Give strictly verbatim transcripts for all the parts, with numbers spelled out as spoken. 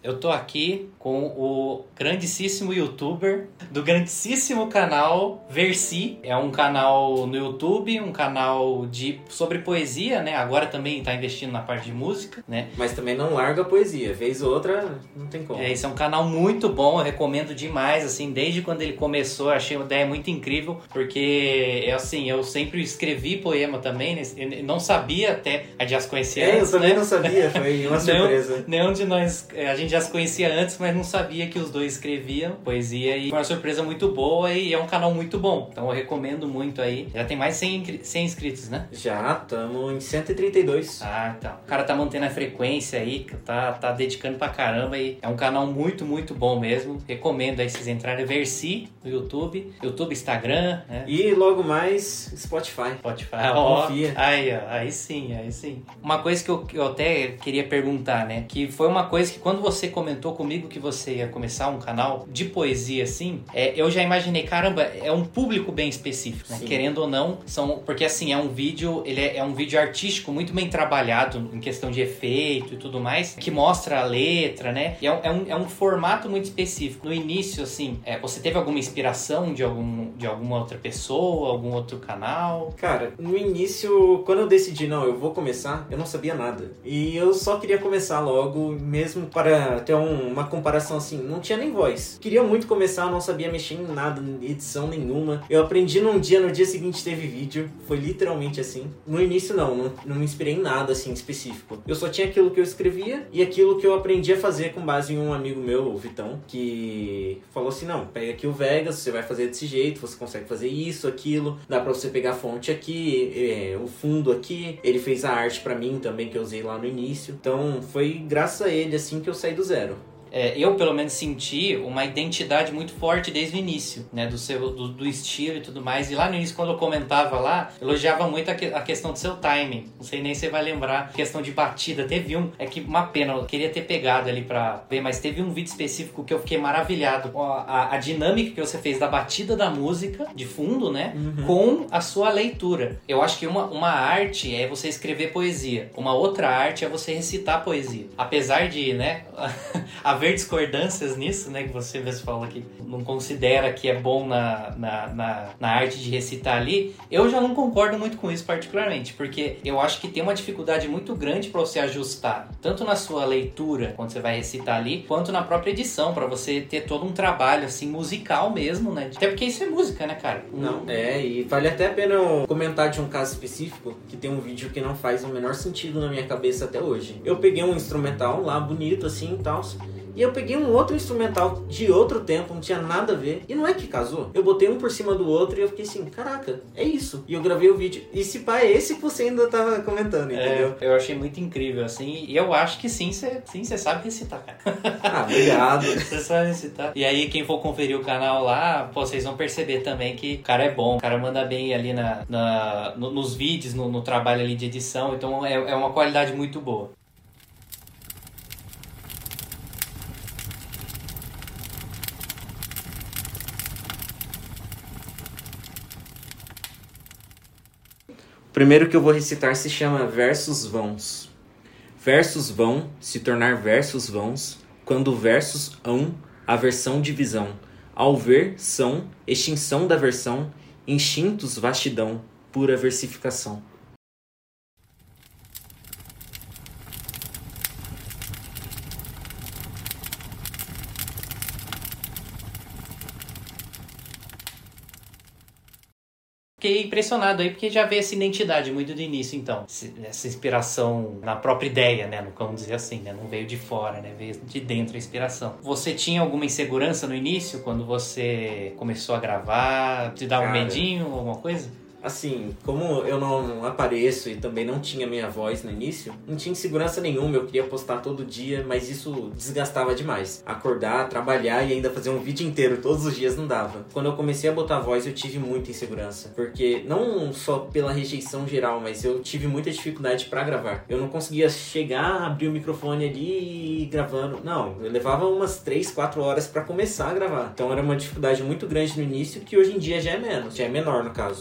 Eu tô aqui com o grandíssimo youtuber do grandíssimo canal Versi. É um canal no YouTube, um canal de, sobre poesia, né? Agora também tá investindo na parte de música, né? Mas também não larga a poesia. Vez ou outra, não tem como. É, esse é um canal muito bom, eu recomendo demais, assim, desde quando ele começou, eu achei uma ideia muito incrível, porque, é assim, eu sempre escrevi poema também, né? Eu não sabia até, a gente já se conhecia é, antes, eu também né? não sabia, foi uma surpresa. Nenhum, nenhum de nós, a gente já se conhecia antes, mas não sabia que os dois escreviam poesia e foi uma surpresa muito boa e é um canal muito bom. Então eu recomendo muito aí. Já tem mais de cem inscritos, né? Já, estamos em cento e trinta e dois. Ah, então. O cara tá mantendo a frequência aí, tá, tá dedicando pra caramba e é um canal muito, muito bom mesmo. Recomendo aí vocês entrarem Versi no YouTube, YouTube, Instagram, né? E logo mais Spotify. Spotify, ó. Confia. Aí, ó, aí sim, aí sim. Uma coisa que eu, que eu até queria perguntar, né? Que foi uma coisa que quando você comentou comigo que você ia começar um canal de poesia assim, é, eu já imaginei, caramba, é um público bem específico, né? Querendo ou não, são, porque assim, é um vídeo, ele é, é um vídeo artístico muito bem trabalhado em questão de efeito e tudo mais, que mostra a letra, né? E é um, é um, é um formato muito específico. No início, assim, é, você teve alguma inspiração de, algum, de alguma outra pessoa, algum outro canal? Cara, no início, quando eu decidi, não, eu vou começar, eu não sabia nada. E eu só queria começar logo, mesmo para ter um, uma comparação assim, não tinha nem voz. Queria muito começar, não sabia mexer em nada, em edição nenhuma. Eu aprendi num dia, no dia seguinte teve vídeo, foi literalmente assim. No início não, não, não me inspirei em nada assim específico. Eu só tinha aquilo que eu escrevia e aquilo que eu aprendi a fazer com base em um amigo meu, o Vitão, que falou assim, não, pega aqui o Vegas, você vai fazer desse jeito, você consegue fazer isso, aquilo, dá pra você pegar a fonte aqui, é, o fundo aqui. Ele fez a arte pra mim também, que eu usei lá no início. Então foi graças a ele assim que eu saí do zero. É, eu, pelo menos, senti uma identidade muito forte desde o início, né? Do, seu, do, do estilo e tudo mais. E lá no início, quando eu comentava lá, elogiava muito a, que, a questão do seu timing. Não sei nem se você vai lembrar. A questão de batida. Teve um, é que uma pena, eu queria ter pegado ali pra ver, mas teve um vídeo específico que eu fiquei maravilhado. A, a, a dinâmica que você fez da batida da música, de fundo, né? Uhum. Com a sua leitura. Eu acho que uma, uma arte é você escrever poesia. Uma outra arte é você recitar poesia. Apesar de, né... haver discordâncias nisso, né, que você mesmo falou que não considera que é bom na, na, na, na arte de recitar ali, eu já não concordo muito com isso particularmente, porque eu acho que tem uma dificuldade muito grande para você ajustar, tanto na sua leitura, quando você vai recitar ali, quanto na própria edição, para você ter todo um trabalho, assim, musical mesmo, né, até porque isso é música, né, cara? Não, é, e vale até a pena eu comentar de um caso específico, que tem um vídeo que não faz o menor sentido na minha cabeça até hoje. Eu peguei um instrumental lá, bonito, assim, e tal, e eu peguei um outro instrumental de outro tempo, não tinha nada a ver. E não é que casou. Eu botei um por cima do outro e eu fiquei assim, caraca, é isso. E eu gravei o vídeo. E esse pá é esse que você ainda tava comentando, entendeu? É, eu achei muito incrível, assim. E eu acho que sim, você sim, sabe recitar, cara. Ah, obrigado. Você sabe recitar. E aí, quem for conferir o canal lá, pô, vocês vão perceber também que o cara é bom. O cara manda bem ali na, na, no, nos vídeos, no, no trabalho ali de edição. Então, é, é uma qualidade muito boa. O primeiro que eu vou recitar se chama Versos Vãos. Versos vão se tornar versos vãos, quando versos hão aversão divisão. Ao ver, são, extinção da versão, instintos vastidão, pura versificação. Fiquei impressionado aí, porque já veio essa identidade muito do início, então. Essa inspiração na própria ideia, né? Vamos dizer assim, né? Não veio de fora, né? Veio de dentro a inspiração. Você tinha alguma insegurança no início, quando você começou a gravar? Te dava um medinho, alguma coisa? Assim, como eu não apareço e também não tinha minha voz no início, não tinha insegurança nenhuma, eu queria postar todo dia, mas isso desgastava demais. Acordar, trabalhar e ainda fazer um vídeo inteiro todos os dias não dava. Quando eu comecei a botar voz, eu tive muita insegurança, porque não só pela rejeição geral, mas eu tive muita dificuldade pra gravar. Eu não conseguia chegar, abrir o microfone ali e ir gravando. Não, eu levava umas três, quatro horas pra começar a gravar. Então era uma dificuldade muito grande no início, que hoje em dia já é menos, já é menor no caso. Se eu pego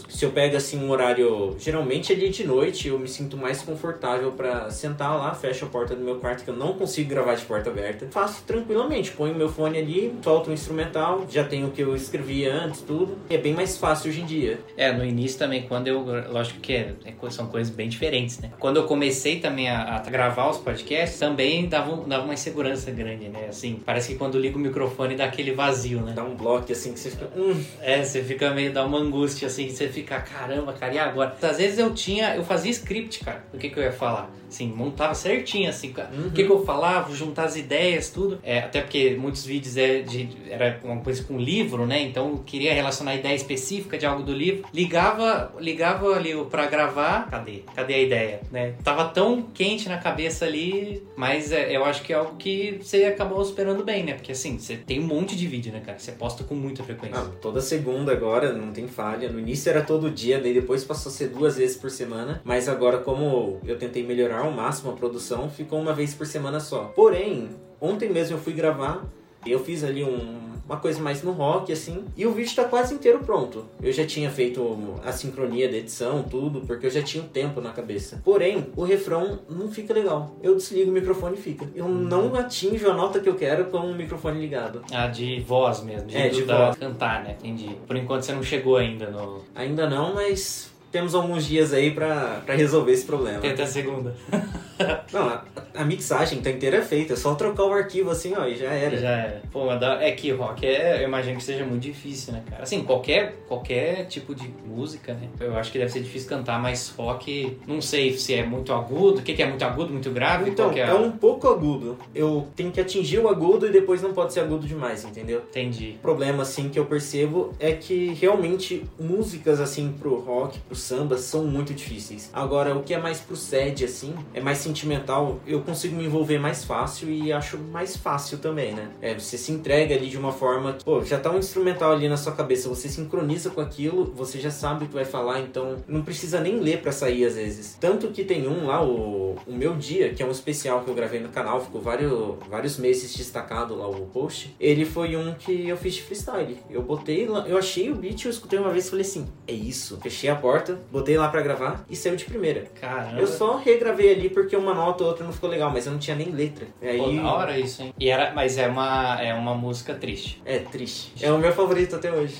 pego assim um horário, geralmente ali de noite, eu me sinto mais confortável pra sentar lá, fecho a porta do meu quarto, que eu não consigo gravar de porta aberta. Faço tranquilamente, ponho meu fone ali, solto um instrumental, já tenho o que eu escrevia antes, tudo. É bem mais fácil hoje em dia. É, no início também, quando eu... Lógico que é, são coisas bem diferentes, né? Quando eu comecei também a, a gravar os podcasts, também dava, um, dava uma insegurança grande, né? Assim, parece que quando liga o microfone dá aquele vazio, né? Dá um bloco assim que você fica... Hum. É, você fica meio... Dá uma angústia, assim, você fica, caramba, cara, e agora? Às vezes eu tinha... Eu fazia script, cara, do que que eu ia falar. Assim, montava certinho, assim, uhum. O que que eu falava, juntar as ideias, tudo. É, até porque muitos vídeos é de, era uma coisa com livro, né? Então eu queria relacionar a ideia específica de algo do livro. Ligava, ligava ali pra gravar. Cadê? Cadê a ideia, né? Tava tão quente na cabeça ali, mas é, eu acho que é algo que você acabou superando bem, né? Porque assim, você tem um monte de vídeo, né, cara? Você posta com muita frequência. Ah, toda segunda agora, não tem falha. No início era todo dia, daí depois passou a ser duas vezes por semana. Mas agora, como eu tentei melhorar ao máximo a produção, ficou uma vez por semana só. Porém, ontem mesmo eu fui gravar, eu fiz ali um, uma coisa mais no rock, assim, e o vídeo tá quase inteiro pronto. Eu já tinha feito a sincronia da edição, tudo, porque eu já tinha um tempo na cabeça. Porém, o refrão não fica legal. Eu desligo o microfone e fica. Eu não atinjo a nota que eu quero com o microfone ligado. Ah, de voz mesmo, de, é, de da, voz. Cantar, né? Entendi. Por enquanto você não chegou ainda no... Ainda não, mas... Temos alguns dias aí pra, pra resolver esse problema. Tem até a segunda. Não, a, a mixagem tá inteira feita. É só trocar o arquivo assim, ó, e já era. Já era. Pô, é que rock é, eu imagino que seja muito difícil, né, cara? Assim, qualquer, qualquer tipo de música, né? Eu acho que deve ser difícil cantar, mas rock, não sei se é muito agudo. O que, que é muito agudo, muito grave? Então, que é... é um pouco agudo. Eu tenho que atingir o agudo e depois não pode ser agudo demais, entendeu? Entendi. O problema, assim, que eu percebo é que realmente músicas, assim, pro rock, pro samba, são muito difíceis. Agora, o que é mais pro sad, assim, é mais sentimental, eu consigo me envolver mais fácil e acho mais fácil também, né? É, você se entrega ali de uma forma que, pô, já tá um instrumental ali na sua cabeça, você sincroniza com aquilo, você já sabe o que vai falar, então não precisa nem ler pra sair às vezes. Tanto que tem um lá, o, o Meu Dia, que é um especial que eu gravei no canal, ficou vários, vários meses destacado lá o post. Ele foi um que eu fiz de freestyle. Eu botei lá, eu achei o beat, eu escutei uma vez e falei assim, é isso. Fechei a porta, botei lá pra gravar e saiu de primeira. Caramba. Eu só regravei ali porque uma nota ou outra não ficou legal, mas eu não tinha nem letra. E aí... Pô, da hora isso, hein? E era, mas é uma, é uma música triste. É, triste. É o meu favorito até hoje.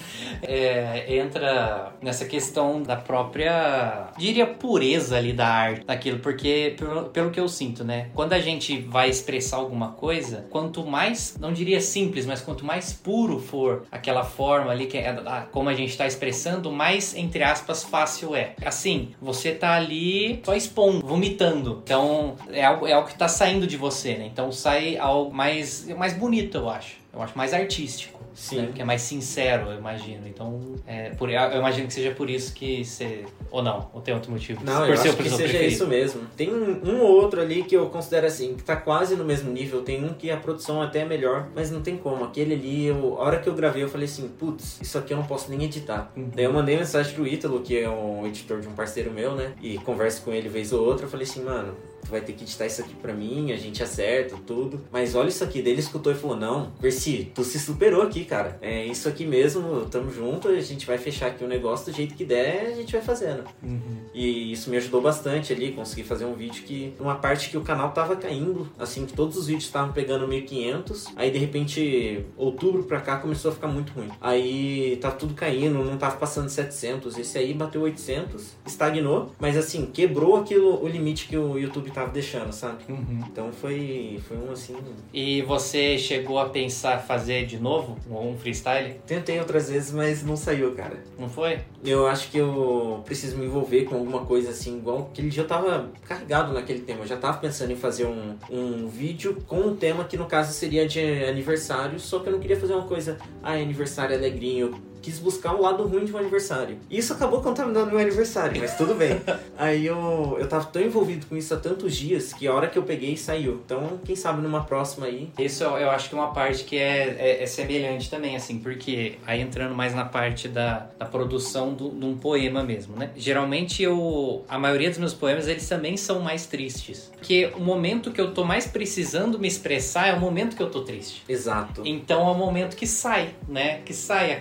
é, entra nessa questão da própria, diria, pureza ali da arte, daquilo, porque pelo, pelo que eu sinto, né? Quando a gente vai expressar alguma coisa, quanto mais, não diria simples, mas quanto mais puro for aquela forma ali, que é como a gente tá expressando, mais, entre aspas, fácil é. Assim, você tá ali só expondo, vomitando. Então, é algo, é algo que tá saindo de você, né? Então sai algo mais, mais bonito, eu acho. Eu acho mais artístico. Sim. Né? Que é mais sincero, eu imagino. Então, é, por, eu imagino que seja por isso que você... Ou não, ou tem outro motivo? Não, por eu seu, acho que seja preferido. isso mesmo. Tem um, um ou outro ali que eu considero assim, que tá quase no mesmo nível. Tem um que a produção até é melhor, mas não tem como. Aquele ali, eu, a hora que eu gravei, eu falei assim, putz, isso aqui eu não posso nem editar. Uhum. Daí eu mandei mensagem pro Ítalo, que é um editor de um parceiro meu, né? E converso com ele vez ou outra. Eu falei assim, mano, tu vai ter que editar isso aqui pra mim, a gente acerta tudo. Mas olha isso aqui. Daí ele escutou e falou, não, Percy, tu se superou aqui, cara. É isso aqui mesmo, tamo junto, a gente vai fechar aqui o negócio do jeito que der, a gente vai fazendo. Uhum. E isso me ajudou bastante ali, consegui fazer um vídeo que, uma parte que o canal tava caindo, assim, que todos os vídeos estavam pegando mil e quinhentos, aí de repente, outubro pra cá começou a ficar muito ruim. Aí tá tudo caindo, não tava passando setecentos, esse aí bateu oitocentos, estagnou, mas assim, quebrou aquilo, o limite que o YouTube tava deixando, sabe? Uhum. Então foi, foi um assim... E você chegou a pensar fazer de novo um freestyle? Tentei outras vezes, mas não saiu, cara. Não foi? Eu acho que eu preciso me envolver com alguma coisa assim, igual aquele dia eu tava carregado naquele tema. Eu já tava pensando em fazer um, um vídeo com um tema que no caso seria de aniversário, só que eu não queria fazer uma coisa, ah, aniversário alegrinho. Quis buscar o lado ruim de um aniversário. E isso acabou contaminando meu aniversário, mas tudo bem. Aí eu, eu tava tão envolvido com isso há tantos dias que a hora que eu peguei saiu. Então, quem sabe numa próxima aí. Isso eu acho que é uma parte que é, é, é semelhante também, assim, porque aí entrando mais na parte da, da produção do, de um poema mesmo, né? Geralmente eu, a maioria dos meus poemas, eles também são mais tristes. Porque o momento que eu tô mais precisando me expressar é o momento que eu tô triste. Exato. Então é o momento que sai, né? Que sai aquilo. Então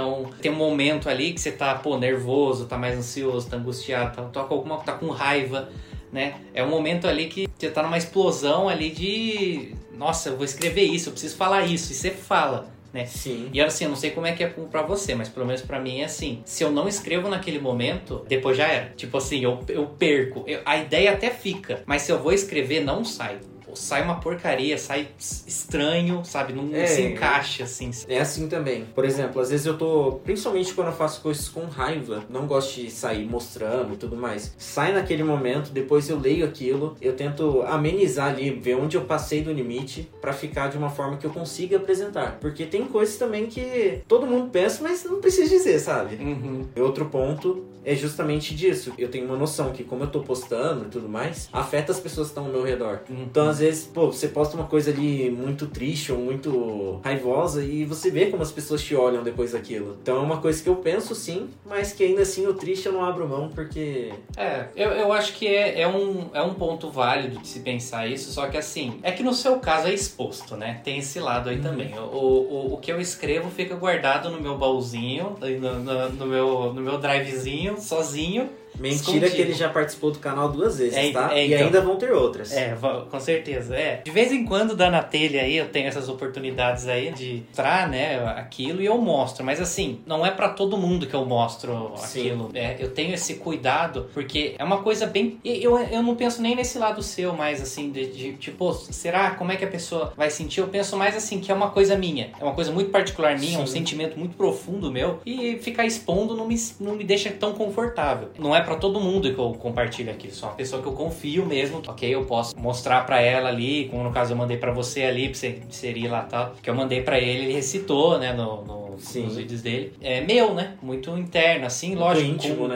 Então, tem um momento ali que você tá, pô, nervoso, tá mais ansioso, tá angustiado, tá, toca alguma, tá com raiva, né? É um momento ali que você tá numa explosão ali de... Nossa, eu vou escrever isso, eu preciso falar isso. E você fala, né? Sim. E assim, eu não sei como é que é pra você, mas pelo menos pra mim é assim. Se eu não escrevo naquele momento, depois já era. Tipo assim, eu, eu perco. Eu, a ideia até fica, mas se eu vou escrever, não sai. Sai uma porcaria, sai estranho, sabe? Não é, se encaixa, assim. É assim também. Por exemplo, às vezes eu tô... Principalmente quando eu faço coisas com raiva, não gosto de sair mostrando e tudo mais. Sai naquele momento, depois eu leio aquilo, eu tento amenizar ali, ver onde eu passei do limite pra ficar de uma forma que eu consiga apresentar. Porque tem coisas também que todo mundo pensa, mas não precisa dizer, sabe? Uhum. Outro ponto é justamente disso. Eu tenho uma noção que como eu tô postando e tudo mais, afeta as pessoas que estão ao meu redor. Uhum. Então, às vezes, pô, você posta uma coisa ali muito triste ou muito raivosa e você vê como as pessoas te olham depois daquilo. Então é uma coisa que eu penso sim, mas que ainda assim o triste eu não abro mão porque... É, eu, eu acho que é, é, um, é um ponto válido de se pensar isso, só que assim, é que no seu caso é exposto, né? Tem esse lado aí uhum. também. O, o, o que eu escrevo fica guardado no meu baúzinho, no, no, no, meu, no meu drivezinho, sozinho. Mentira escondido. Que ele já participou do canal duas vezes, é, tá? É, e então, ainda vão ter outras. É, com certeza, é. De vez em quando dá na telha aí, eu tenho essas oportunidades aí de mostrar, né, aquilo e eu mostro. Mas assim, não é pra todo mundo que eu mostro Sim. aquilo. É, eu tenho esse cuidado, porque é uma coisa bem... Eu, eu não penso nem nesse lado seu mais, assim, de, de tipo, será? Como é que a pessoa vai sentir? Eu penso mais assim, que é uma coisa minha. É uma coisa muito particular minha, Sim. um sentimento muito profundo meu. E ficar expondo não me, não me deixa tão confortável. Não é pra todo mundo que eu compartilho aquilo, só uma pessoa que eu confio mesmo, ok? Eu posso mostrar pra ela ali, como no caso eu mandei pra você ali, pra você inserir lá e tal, que eu mandei pra ele, ele recitou, né, no, no, nos vídeos dele. É meu, né? Muito interno, assim, muito lógico. íntimo, com... né?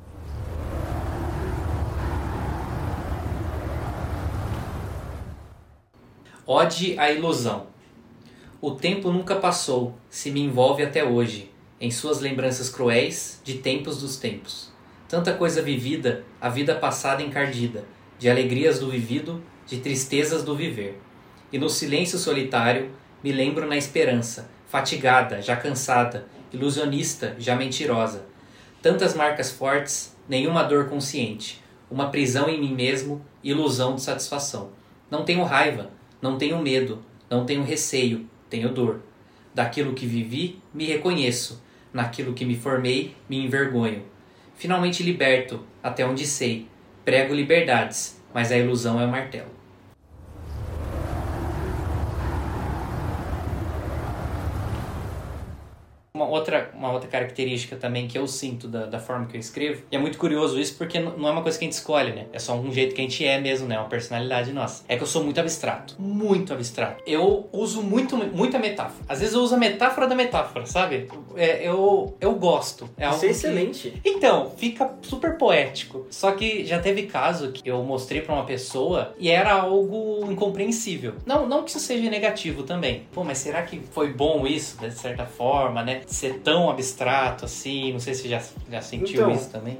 Ode à ilusão. O tempo nunca passou, se me envolve até hoje, em suas lembranças cruéis de tempos dos tempos. Tanta coisa vivida, a vida passada encardida, de alegrias do vivido, de tristezas do viver. E no silêncio solitário, me lembro na esperança, fatigada, já cansada, ilusionista, já mentirosa. Tantas marcas fortes, nenhuma dor consciente, uma prisão em mim mesmo, ilusão de satisfação. Não tenho raiva, não tenho medo, não tenho receio, tenho dor. Daquilo que vivi, me reconheço, naquilo que me formei, me envergonho. Finalmente liberto, até onde sei, prego liberdades, mas a ilusão é o martelo. Uma outra, uma outra característica também que eu sinto da, da forma que eu escrevo, e é muito curioso isso porque não é uma coisa que a gente escolhe, né? É só um jeito que a gente é mesmo, né? É uma personalidade nossa. É que eu sou muito abstrato. Muito abstrato. Eu uso muito, muita metáfora. Às vezes eu uso a metáfora da metáfora, sabe? É, eu, eu gosto. É algo isso é excelente. Que... Então, fica super poético. Só que já teve caso que eu mostrei pra uma pessoa e era algo incompreensível. Não, não que isso seja negativo também. Pô, mas será que foi bom isso, de certa forma, né? Ser tão abstrato assim, não sei se já, já sentiu então, isso também.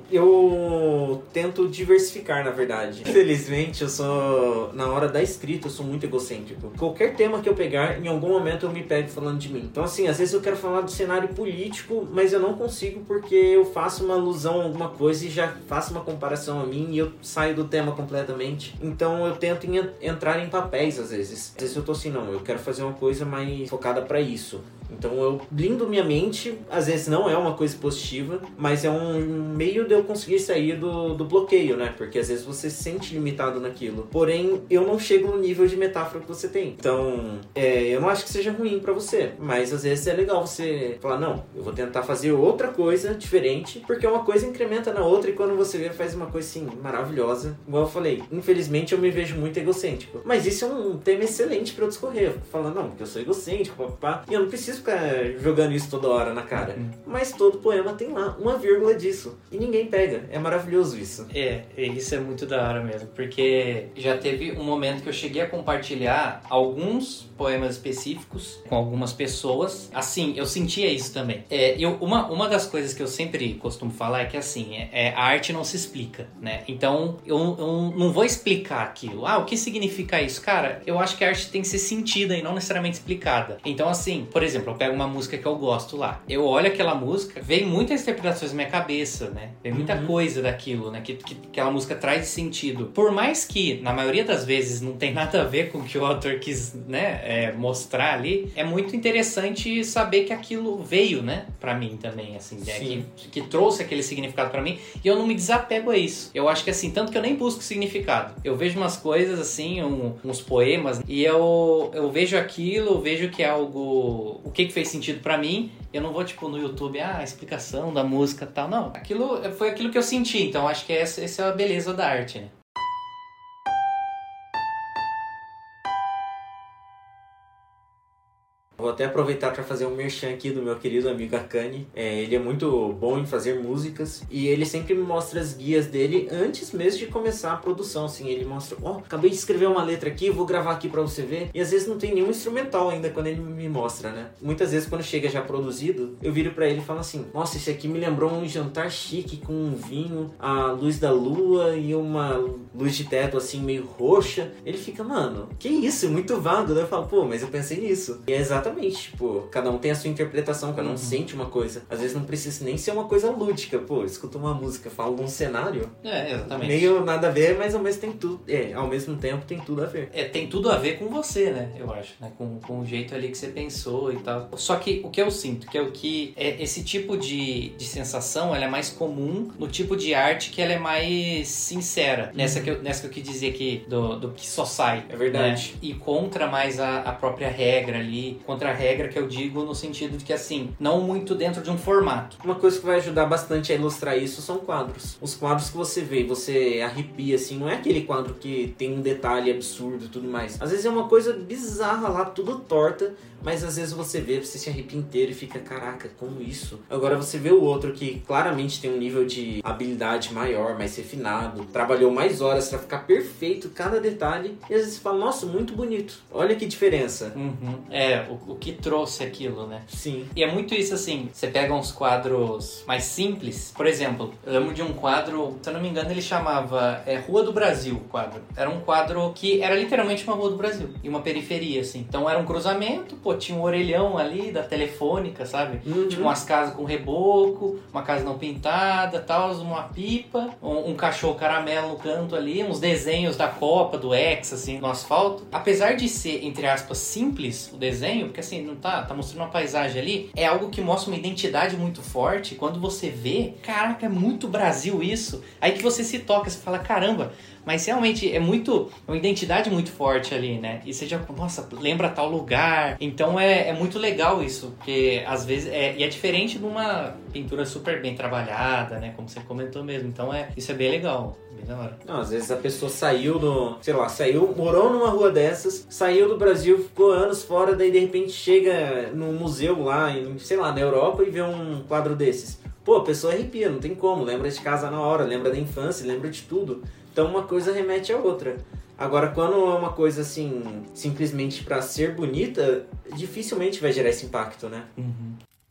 Eu tento diversificar, na verdade. Infelizmente, eu sou, na hora da escrita, eu sou muito egocêntrico. Qualquer tema que eu pegar, em algum momento eu me pego falando de mim. Então, assim, às vezes eu quero falar do cenário político, mas eu não consigo porque eu faço uma alusão a alguma coisa e já faço uma comparação a mim e eu saio do tema completamente. Então, eu tento em, entrar em papéis, às vezes. Às vezes eu tô assim, não, eu quero fazer uma coisa mais focada pra isso. Então eu blindo minha mente, às vezes não é uma coisa positiva, mas é um meio de eu conseguir sair do, do bloqueio, né? Porque às vezes você se sente limitado naquilo. Porém, eu não chego no nível de metáfora que você tem. Então, é, eu não acho que seja ruim pra você, mas às vezes é legal você falar, não, eu vou tentar fazer outra coisa diferente, porque uma coisa incrementa na outra e quando você vê, faz uma coisa assim, maravilhosa. Igual eu falei, infelizmente eu me vejo muito egocêntrico. Mas isso é um tema excelente pra eu discorrer. Falando, não, porque eu sou egocêntrico, papá, e eu não preciso ficar jogando isso toda hora na cara. Uhum. Mas todo poema tem lá uma vírgula disso. E ninguém pega. É maravilhoso isso. É, isso é muito da hora mesmo. Porque já teve um momento que eu cheguei a compartilhar alguns poemas específicos com algumas pessoas. Assim, eu sentia isso também. É, eu, uma, uma das coisas que eu sempre costumo falar é que assim, é, é, a arte não se explica, né? Então, eu, eu não vou explicar aquilo. Ah, o que significa isso? Cara, eu acho que a arte tem que ser sentida e não necessariamente explicada. Então, assim, por exemplo, exemplo, eu pego uma música que eu gosto lá. Eu olho aquela música, vem muitas interpretações na minha cabeça, né? Vem muita uhum. coisa daquilo, né? Que, que, que aquela música traz de sentido. Por mais que, na maioria das vezes, não tem nada a ver com o que o autor quis, né, é, mostrar ali, é muito interessante saber que aquilo veio, né? Pra mim também, assim, né? que, que trouxe aquele significado pra mim. E eu não me desapego a isso. Eu acho que, assim, tanto que eu nem busco significado. Eu vejo umas coisas, assim, um, uns poemas, e eu, eu vejo aquilo, vejo que é algo... O que que fez sentido pra mim. Eu não vou, tipo, no YouTube, ah, a explicação da música e tal. Não, aquilo foi aquilo que eu senti. Então, acho que essa, essa é a beleza da arte, né? Vou até aproveitar para fazer um merchan aqui do meu querido amigo Akane. É, ele é muito bom em fazer músicas e ele sempre me mostra as guias dele antes mesmo de começar a produção. Assim, ele mostra, ó, oh, acabei de escrever uma letra aqui, vou gravar aqui para você ver. E às vezes não tem nenhum instrumental ainda quando ele me mostra, né? Muitas vezes quando chega já produzido, eu viro para ele e falo assim, nossa, esse aqui me lembrou um jantar chique com um vinho, a luz da lua e uma luz de teto assim meio roxa. Ele fica, mano, que isso? Muito vago, né? Eu falo, pô, mas eu pensei nisso. E é exatamente Exatamente, tipo, cada um tem a sua interpretação, cada um uhum. sente uma coisa. Às vezes não precisa nem ser uma coisa lúdica, pô, escuta uma música, fala de um cenário. É, exatamente. Meio nada a ver, mas ao mesmo, tem tudo, é, ao mesmo tempo tem tudo a ver. É, tem tudo a ver com você, né, eu acho, né, com, com o jeito ali que você pensou e tal. Só que o que eu sinto, que é o que, é, esse tipo de, de sensação, ela é mais comum no tipo de arte que ela é mais sincera. Uhum. Nessa, que eu, nessa que eu quis dizer aqui, do, do que só sai. É verdade. Né? E contra mais a, a própria regra ali, contra a regra que eu digo no sentido de que, assim, não muito dentro de um formato. Uma coisa que vai ajudar bastante a ilustrar isso são quadros. Os quadros que você vê, você arrepia, assim, não é aquele quadro que tem um detalhe absurdo e tudo mais. Às vezes é uma coisa bizarra lá, tudo torta, mas às vezes você vê, você se arrepia inteiro e fica, caraca, como isso? Agora você vê o outro que claramente tem um nível de habilidade maior, mais refinado, trabalhou mais horas pra ficar perfeito cada detalhe, e às vezes você fala, nossa, muito bonito. Olha que diferença. Uhum. É, o, o que trouxe aquilo, né? Sim. E é muito isso, assim, você pega uns quadros mais simples, por exemplo, eu lembro de um quadro, se eu não me engano, ele chamava é, Rua do Brasil, o quadro. Era um quadro que era literalmente uma Rua do Brasil, e uma periferia, assim. Então era um cruzamento, pô, tinha um orelhão ali da telefônica, sabe? Uhum. Tipo umas casas com reboco, uma casa não pintada, tal, uma pipa, um, um cachorro caramelo no canto ali, uns desenhos da Copa, do Hexa, assim, no asfalto. Apesar de ser, entre aspas, simples o desenho, porque assim, não tá, tá mostrando uma paisagem ali, é algo que mostra uma identidade muito forte. Quando você vê, caraca, é muito Brasil isso. Aí que você se toca, você fala, caramba, mas realmente é muito, é uma identidade muito forte ali, né? E você já, nossa, lembra tal lugar. Então é, é muito legal isso, porque às vezes, é, e é diferente de uma pintura super bem trabalhada, né? Como você comentou mesmo. Então é, isso é bem legal. Bem da hora. Não, às vezes a pessoa saiu do, sei lá, saiu, morou numa rua dessas, saiu do Brasil, ficou anos fora, daí de repente chega num museu lá, em, sei lá, na Europa e vê um quadro desses. Pô, a pessoa arrepia, não tem como, lembra de casa na hora, lembra da infância, lembra de tudo. Então uma coisa remete à outra. Agora, quando é uma coisa assim, simplesmente pra ser bonita, dificilmente vai gerar esse impacto, né? Uhum.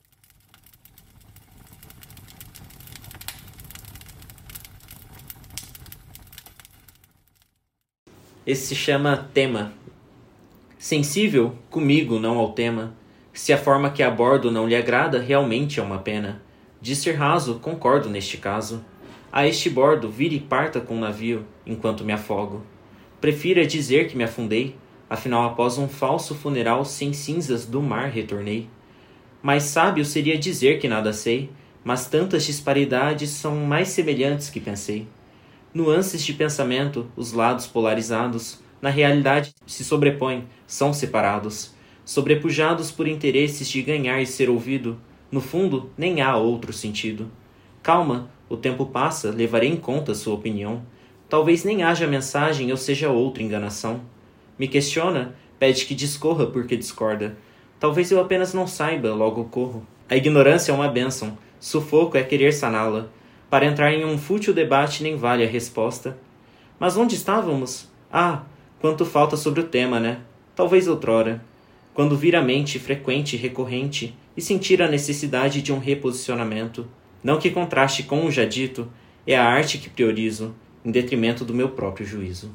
Esse se chama Tema. Sensível, comigo, não ao tema. Se a forma que abordo não lhe agrada, realmente é uma pena. De ser raso, concordo neste caso. A este bordo, vire e parta com o navio, enquanto me afogo. Prefira dizer que me afundei, afinal após um falso funeral sem cinzas do mar retornei. Mais sábio seria dizer que nada sei, mas tantas disparidades são mais semelhantes que pensei. Nuances de pensamento, os lados polarizados, na realidade se sobrepõem, são separados. Sobrepujados por interesses de ganhar e ser ouvido, no fundo nem há outro sentido. Calma, o tempo passa, levarei em conta sua opinião. Talvez nem haja mensagem ou seja outra enganação. Me questiona, pede que discorra porque discorda. Talvez eu apenas não saiba, logo corro. A ignorância é uma bênção, sufoco é querer saná-la. Para entrar em um fútil debate nem vale a resposta. Mas onde estávamos? Ah, quanto falta sobre o tema, né? Talvez outrora. Quando vir a mente frequente e recorrente e sentir a necessidade de um reposicionamento. Não que contraste com o já dito, é a arte que priorizo, em detrimento do meu próprio juízo.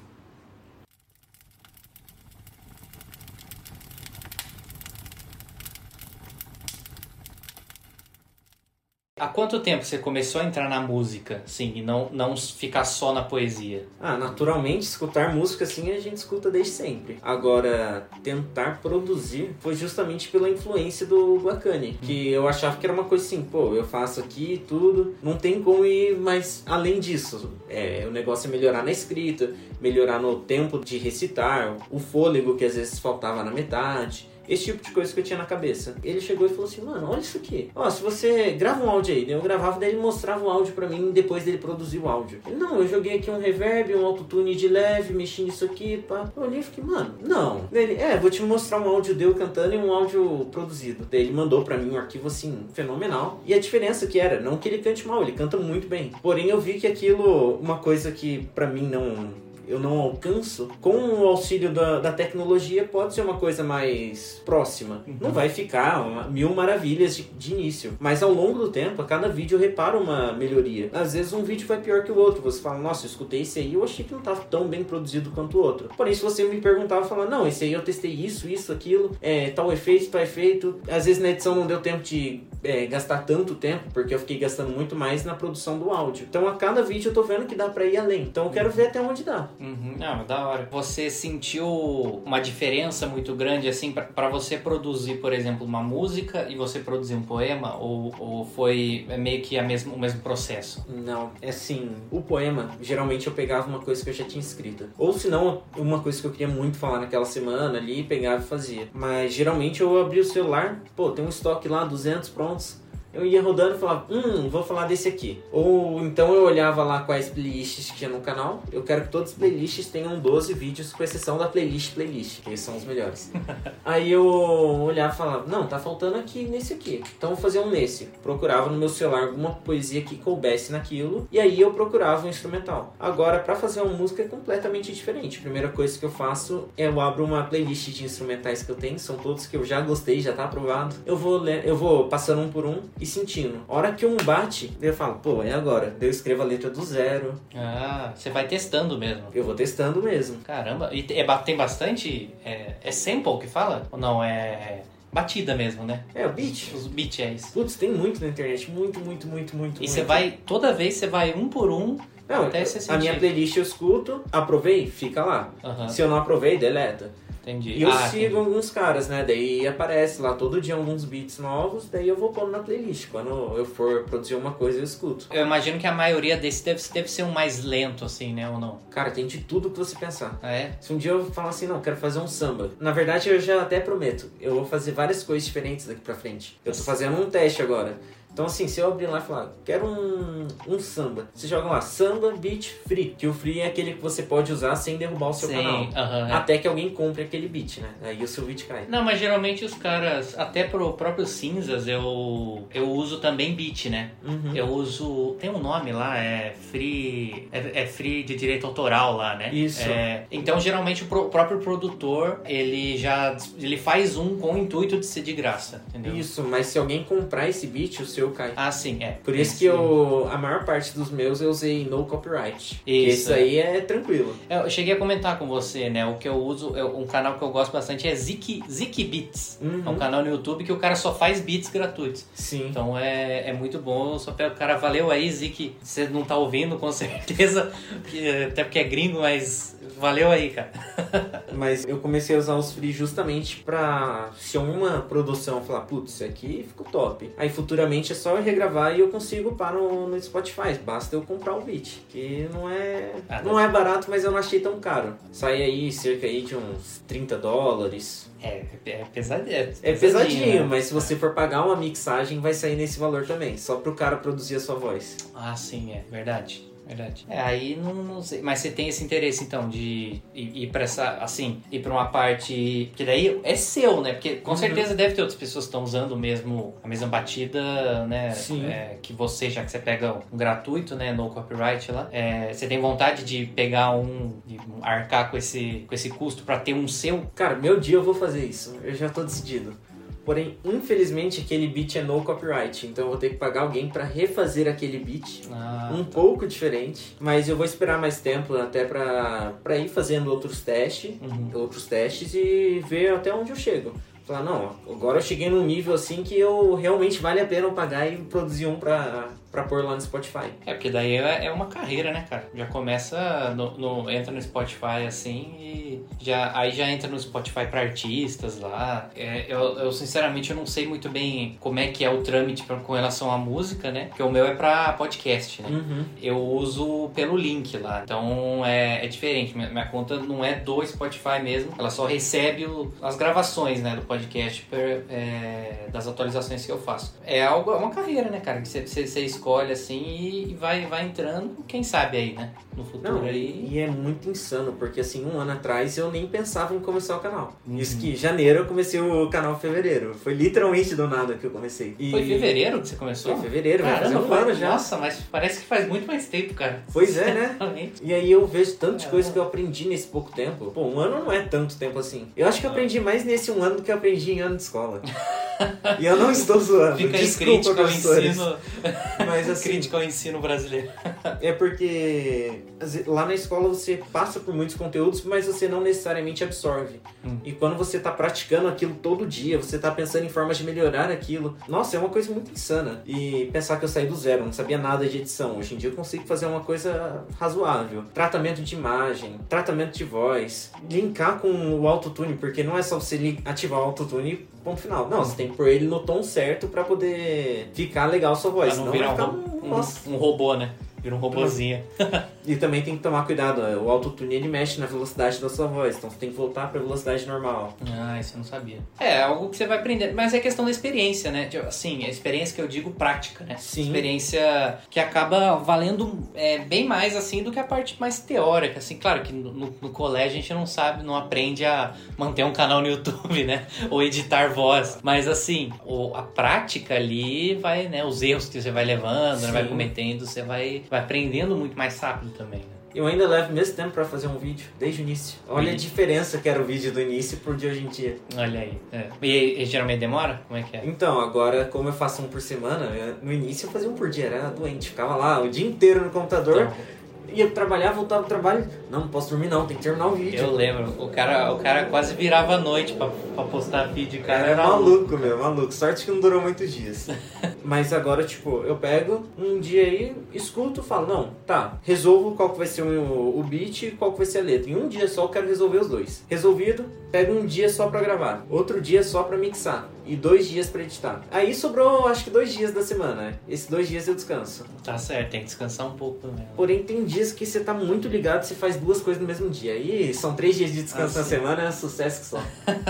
Há quanto tempo você começou a entrar na música, sim, e não, não ficar só na poesia? Ah, naturalmente, escutar música assim a gente escuta desde sempre. Agora, tentar produzir foi justamente pela influência do Guacani, que eu achava que era uma coisa assim, pô, eu faço aqui tudo, não tem como ir mais além disso. É, o negócio é melhorar na escrita, melhorar no tempo de recitar, o fôlego que às vezes faltava na metade. Esse tipo de coisa que eu tinha na cabeça. Ele chegou e falou assim, mano, olha isso aqui. Ó, se você grava um áudio aí, eu gravava, daí ele mostrava o áudio pra mim depois dele produzir o áudio. Ele, não, eu joguei aqui um reverb, um autotune de leve, mexi nisso aqui, pá. Eu olhei e fiquei, mano, não. Daí ele, é, vou te mostrar um áudio dele cantando e um áudio produzido. Daí ele mandou pra mim um arquivo assim, fenomenal. E a diferença que era, não que ele cante mal, ele canta muito bem. Porém eu vi que aquilo, uma coisa que pra mim não... eu não alcanço, com o auxílio da, da tecnologia pode ser uma coisa mais próxima. Uhum. Não vai ficar uma, mil maravilhas de, de início, mas ao longo do tempo, a cada vídeo eu reparo uma melhoria. Às vezes um vídeo vai pior que o outro, você fala, nossa, eu escutei esse aí e eu achei que não estava tão bem produzido quanto o outro. Porém, se você me perguntava, eu falava, não, esse aí eu testei isso, isso, aquilo, é, tal efeito, tal efeito. Às vezes na edição não deu tempo de é, gastar tanto tempo, porque eu fiquei gastando muito mais na produção do áudio. Então a cada vídeo eu tô vendo que dá pra ir além. Então eu quero ver até onde dá. Uhum. Não, da hora. Você sentiu uma diferença muito grande, assim, pra, pra você produzir, por exemplo, uma música e você produzir um poema? Ou, ou foi meio que a mesma, o mesmo processo? Não, é assim, o poema, geralmente eu pegava uma coisa que eu já tinha escrita. Ou se não, uma coisa que eu queria muito falar naquela semana ali, pegava e fazia. Mas geralmente eu abria o celular, pô, tem um estoque lá, duzentos prontos. Eu ia rodando e falava, hum, vou falar desse aqui. Ou então eu olhava lá quais playlists que tinha no canal. Eu quero que todas as playlists tenham doze vídeos, com exceção da playlist playlist, que esses são os melhores. Aí eu olhava e falava, não, tá faltando aqui nesse aqui. Então eu vou fazer um nesse. Procurava no meu celular alguma poesia que coubesse naquilo. E aí eu procurava um instrumental. Agora, pra fazer uma música é completamente diferente. A primeira coisa que eu faço é eu abro uma playlist de instrumentais que eu tenho. São todos que eu já gostei, já tá aprovado. Eu vou, ler, eu vou passando um por um e sentindo. A hora que um bate, eu falo, pô, é agora. Daí eu escrevo a letra do zero. Ah, você vai testando mesmo. Eu vou testando mesmo. Caramba, e é, tem bastante... É, é sample que fala? Ou não, é... batida mesmo, né? É, o beat. Os beat é isso. Putz, tem muito na internet. Muito, muito, muito, muito. E você vai, toda vez você vai um por um... Não, até você sentir. A minha playlist eu escuto, aprovei, fica lá. Uhum. Se eu não aprovei, deleta. Entendi. E eu ah, sigo entendi. alguns caras, né? Daí aparece lá todo dia alguns beats novos, daí eu vou pondo na playlist. Quando eu for produzir uma coisa, eu escuto. Eu imagino que a maioria desses deve, deve ser um mais lento, assim, né? Ou não? Cara, tem de tudo que você pensar. Ah, é? Se um dia eu falar assim, não, quero fazer um samba. Na verdade, eu já até prometo, eu vou fazer várias coisas diferentes daqui pra frente. Eu tô fazendo um teste agora. Então assim, se eu abrir lá e falar, quero um, um samba, você joga lá, samba beat free, que o free é aquele que você pode usar sem derrubar o seu Sim, canal. uh-huh, é. Até que alguém compre aquele beat, né? Aí o seu beat cai. Não, mas geralmente os caras, até pro próprio Cinzas, eu, eu uso também beat, né? Uhum. Eu uso, tem um nome lá, é free, é, é free de direito autoral lá, né? Isso. É, então geralmente o, pro, o próprio produtor, ele já, ele faz um com o intuito de ser de graça, entendeu? Isso, mas se alguém comprar esse beat, o seu cai. Ah, sim, é. Por isso que eu, a maior parte dos meus eu usei no copyright. Isso. Esse aí é tranquilo. Eu cheguei a comentar com você, né? O que eu uso, eu, um canal que eu gosto bastante é Zik, Zik Beats. Uhum. É um canal no YouTube que o cara só faz beats gratuitos. Sim. Então é, é muito bom. Só pego o cara, valeu aí, Zik. Você não tá ouvindo, com certeza. Até porque é gringo, mas valeu aí, cara. Mas eu comecei a usar os free justamente pra, se uma produção falar, putz, isso aqui ficou top. Aí futuramente é só eu regravar e eu consigo upar no, no Spotify. Basta eu comprar o beat, que não é, ah, não é barato, mas eu não achei tão caro. Sai aí cerca aí de uns trinta dólares. É, é, pesad... é pesadinho. É pesadinho, né? mas se você for pagar uma mixagem, vai sair nesse valor também. Só pro cara produzir a sua voz. Ah, sim, é verdade. Verdade. É, aí não, não sei. Mas você tem esse interesse, então, de ir, ir pra essa, assim, ir pra uma parte que daí é seu, né? Porque com uhum. certeza deve ter outras pessoas que estão usando mesmo a mesma batida, né? Sim. É, que você, já que você pega um gratuito, né? No copyright lá. É, você tem vontade de pegar um, de arcar com esse, com esse custo pra ter um seu? Cara, meu dia eu vou fazer isso. Eu já tô decidido. Porém, infelizmente, aquele beat é no copyright. Então eu vou ter que pagar alguém pra refazer aquele beat. Ah, um pouco diferente. Mas eu vou esperar mais tempo até pra, pra ir fazendo outros testes. Uhum. Outros testes e ver até onde eu chego. Falar, não, agora eu cheguei num nível assim que eu realmente vale a pena eu pagar e produzir um pra, pra pôr lá no Spotify. É, porque daí é é uma carreira, né, cara? Já começa, no, no- entra no Spotify assim e já, aí já entra no Spotify pra artistas lá. É, eu, eu, sinceramente, eu não sei muito bem como é que é o trâmite pra, com relação à música, né? Porque o meu é pra podcast, né? Uhum. Eu uso pelo link lá, então é, é diferente. Minha, minha conta não é do Spotify mesmo, ela só recebe o- as gravações, né, do podcast per- é, das atualizações que eu faço. É algo, é uma carreira, né, cara, que você, você, você escolhe assim e, e vai, vai entrando, quem sabe aí, né, no futuro Não, aí. e é muito insano, porque assim, um ano atrás eu nem pensava em começar o canal. Uhum. Isso que em janeiro eu comecei o canal em fevereiro. Foi literalmente do nada que eu comecei. E... Foi em fevereiro que você começou? Foi em fevereiro, vai fazer Caramba, um foi- ano já. Nossa, mas parece que faz muito mais tempo, cara. Pois é, né? Realmente. E aí eu vejo tantas Caramba. coisas que eu aprendi nesse pouco tempo. Pô, um ano não é tanto tempo assim. Eu acho que eu aprendi mais nesse um ano do que eu aprendi em ano de escola. E eu não estou zoando. Fica aí Desculpa, crítica ao professores. ensino, Mas assim, crítica ao ensino brasileiro. é porque às vezes, lá na escola você passa por muitos conteúdos, mas você não necessariamente absorve. Hum. E quando você tá praticando aquilo todo dia, você tá pensando em formas de melhorar aquilo. Nossa, é uma coisa muito insana. E pensar que eu saí do zero, não sabia nada de edição. Hoje em dia eu consigo fazer uma coisa razoável. Tratamento de imagem, tratamento de voz, linkar com o autotune, porque não é só você li- ativar o autotune ponto final. Não, você tem que pôr ele no tom certo pra poder ficar legal a sua voz. Pra não Senão vai virar ficar um, um... um, Nossa. um robô, né? Vira um robozinho. E também tem que tomar cuidado, o autotune ele mexe na velocidade da sua voz, então você tem que voltar pra velocidade normal. Ah, isso eu não sabia. É, algo que você vai aprender. Mas é questão da experiência, né? Tipo, assim, a experiência que eu digo prática, né? Sim. Experiência que acaba valendo é, bem mais, assim, do que a parte mais teórica. Assim, claro que no, no, no colégio a gente não sabe, não aprende a manter um canal no YouTube, né? Ou editar voz. Mas, assim, o, a prática ali vai, né? Os erros que você vai levando, né? Vai Sim. cometendo, você vai, vai aprendendo muito mais rápido também, né? Eu ainda levo o mesmo tempo pra fazer um vídeo, desde o início. Olha a Vídeo. diferença que era o vídeo do início pro de hoje em dia. Olha aí. É. E, e geralmente demora? Como é que é? Então, agora, como eu faço um por semana, eu- no início eu fazia um por dia, era doente. Ficava lá o dia inteiro no computador, Então, ia trabalhar, voltava do trabalho. Não, não posso dormir não, tem que terminar o vídeo. eu lembro, o cara, o cara quase virava a noite pra, pra postar vídeo, O cara. cara era maluco, meu, maluco. Sorte que não durou muitos dias. Mas agora, tipo, eu pego um dia aí, escuto, falo, não, tá, resolvo qual que vai ser o, o beat e qual que vai ser a letra. Em um dia só eu quero resolver os dois. Resolvido, pego um dia só pra gravar, outro dia só pra mixar e dois dias pra editar. Aí sobrou, acho que dois dias da semana, né? Esses dois dias eu descanso. Tá certo, tem que descansar um pouco também. Porém, tem dias que você tá muito ligado, você faz duas coisas no mesmo dia. E são três dias de descanso Ah, na sim. semana, é sucesso que só.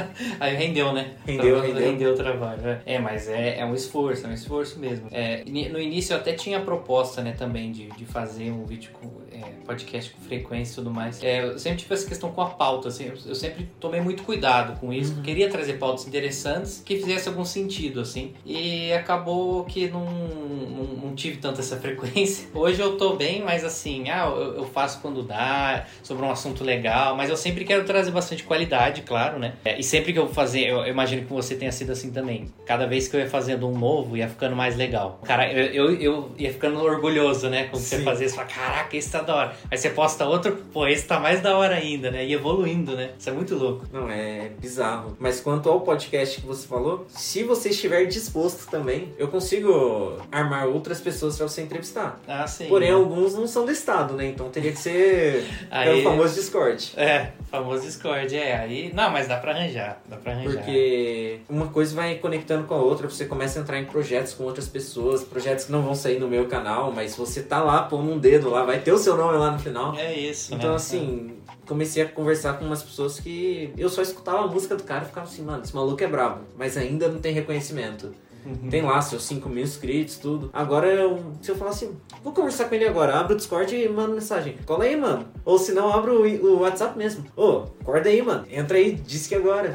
Aí rendeu, né? Rendeu, Pelo menos rendeu. rendeu o trabalho. É, É, mas é, é um esforço, é um esforço mesmo. É, ini- no início eu até tinha a proposta, né, também de, de fazer um vídeo com é, podcast com frequência e tudo mais. É, eu sempre tive essa questão com a pauta, assim, eu, eu sempre tomei muito cuidado com isso. Uhum. Queria trazer pautas interessantes que fizesse algum sentido, assim. E acabou que não, não, não tive tanta essa frequência. Hoje eu tô bem, mas assim, ah, eu, eu faço quando dá, sobre um assunto legal, mas eu sempre quero trazer bastante qualidade, claro, né? É, e sempre que eu fazer, eu, eu imagino que você tenha sido assim também. Cada vez que eu ia fazendo um novo, ia ficando mais legal. Cara, eu, eu, eu ia ficando orgulhoso, né? Quando você Sim. fazia isso, você fala, caraca, esse tá da hora. Aí você posta outro, pô, esse tá mais da hora ainda, né? E evoluindo, né? Isso é muito louco. Não, é bizarro. Mas quanto ao podcast que você falou, se você estiver disposto também, eu consigo armar outras pessoas pra você entrevistar. Ah, sim. Porém, né? alguns não são do estado, né? Então teria que ser Aí- pelo famoso Discord. É, famoso Discord, é. Aí, não, mas dá pra arranjar, dá pra arranjar. Porque uma coisa vai conectando com a outra, você começa a entrar em projetos com outras pessoas, projetos que não vão sair no meu canal, mas você tá lá pondo um dedo lá, vai ter o seu nome lá no final. É isso, Então, né? assim, comecei a conversar com umas pessoas que eu só escutava a música do cara e ficava assim, mano, esse maluco é brabo, mas ainda não tem reconhecimento. Uhum. Tem lá seus cinco mil inscritos, tudo. Agora, eu, se eu falar assim, vou conversar com ele agora, abro o Discord e mando mensagem. Cola aí, mano. Ou se não, abro o, o WhatsApp mesmo. Ô, acorda aí, mano. Entra aí, diz que agora.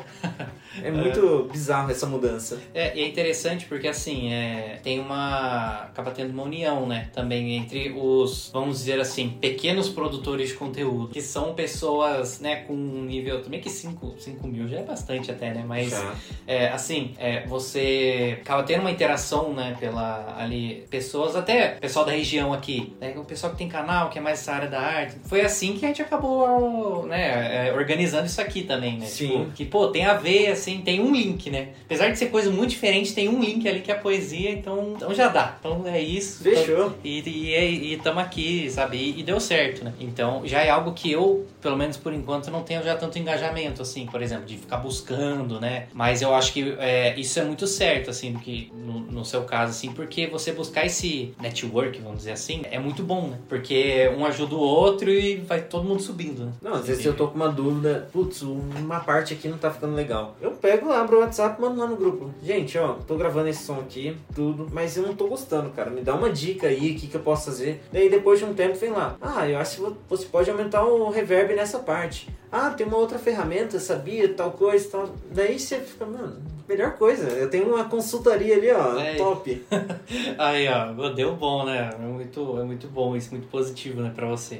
É muito bizarro essa mudança. É, e é interessante porque, assim, é, tem uma... acaba tendo uma união, né? Também entre os, vamos dizer assim, pequenos produtores de conteúdo. Que são pessoas, né, com um nível... Também que cinco mil já é bastante até, né? Mas, Já. é, assim, é, você acaba tendo uma interação, né? Pela, ali, pessoas, até pessoal da região aqui. Né, o pessoal que tem canal, que é mais essa área da arte. Foi assim que a gente acabou, né? é, organizando isso aqui também, né? Sim. Tipo, que, pô, tem a ver, assim, assim, tem um link, né? Apesar de ser coisa muito diferente, tem um link ali que é a poesia, então, então já dá. Então é isso. Fechou. Então, e estamos aqui, sabe? E, e deu certo, né? Então já é algo que eu, pelo menos por enquanto, não tenho já tanto engajamento, assim, por exemplo, de ficar buscando, né? Mas eu acho que é, isso é muito certo, assim, do que, no, no seu caso, assim, porque você buscar esse network, vamos dizer assim, é muito bom, né? Porque um ajuda o outro e vai todo mundo subindo, né? Não, às vezes eu tô com uma dúvida, putz, uma parte aqui não tá ficando legal. Eu pego, abro o WhatsApp e mando lá no grupo. Gente, ó, tô gravando esse som aqui, tudo, mas eu não tô gostando, cara. Me dá uma dica aí, o que, que eu posso fazer. Daí depois de um tempo vem lá. Ah, eu acho que você pode aumentar o reverb nessa parte. Ah, tem uma outra ferramenta, sabia, tal coisa, tal. Daí você fica, mano, melhor coisa. Eu tenho uma consultoria ali, ó, é. Top. Aí, ó, deu bom, né? É muito, é muito bom isso, muito positivo, né, pra você.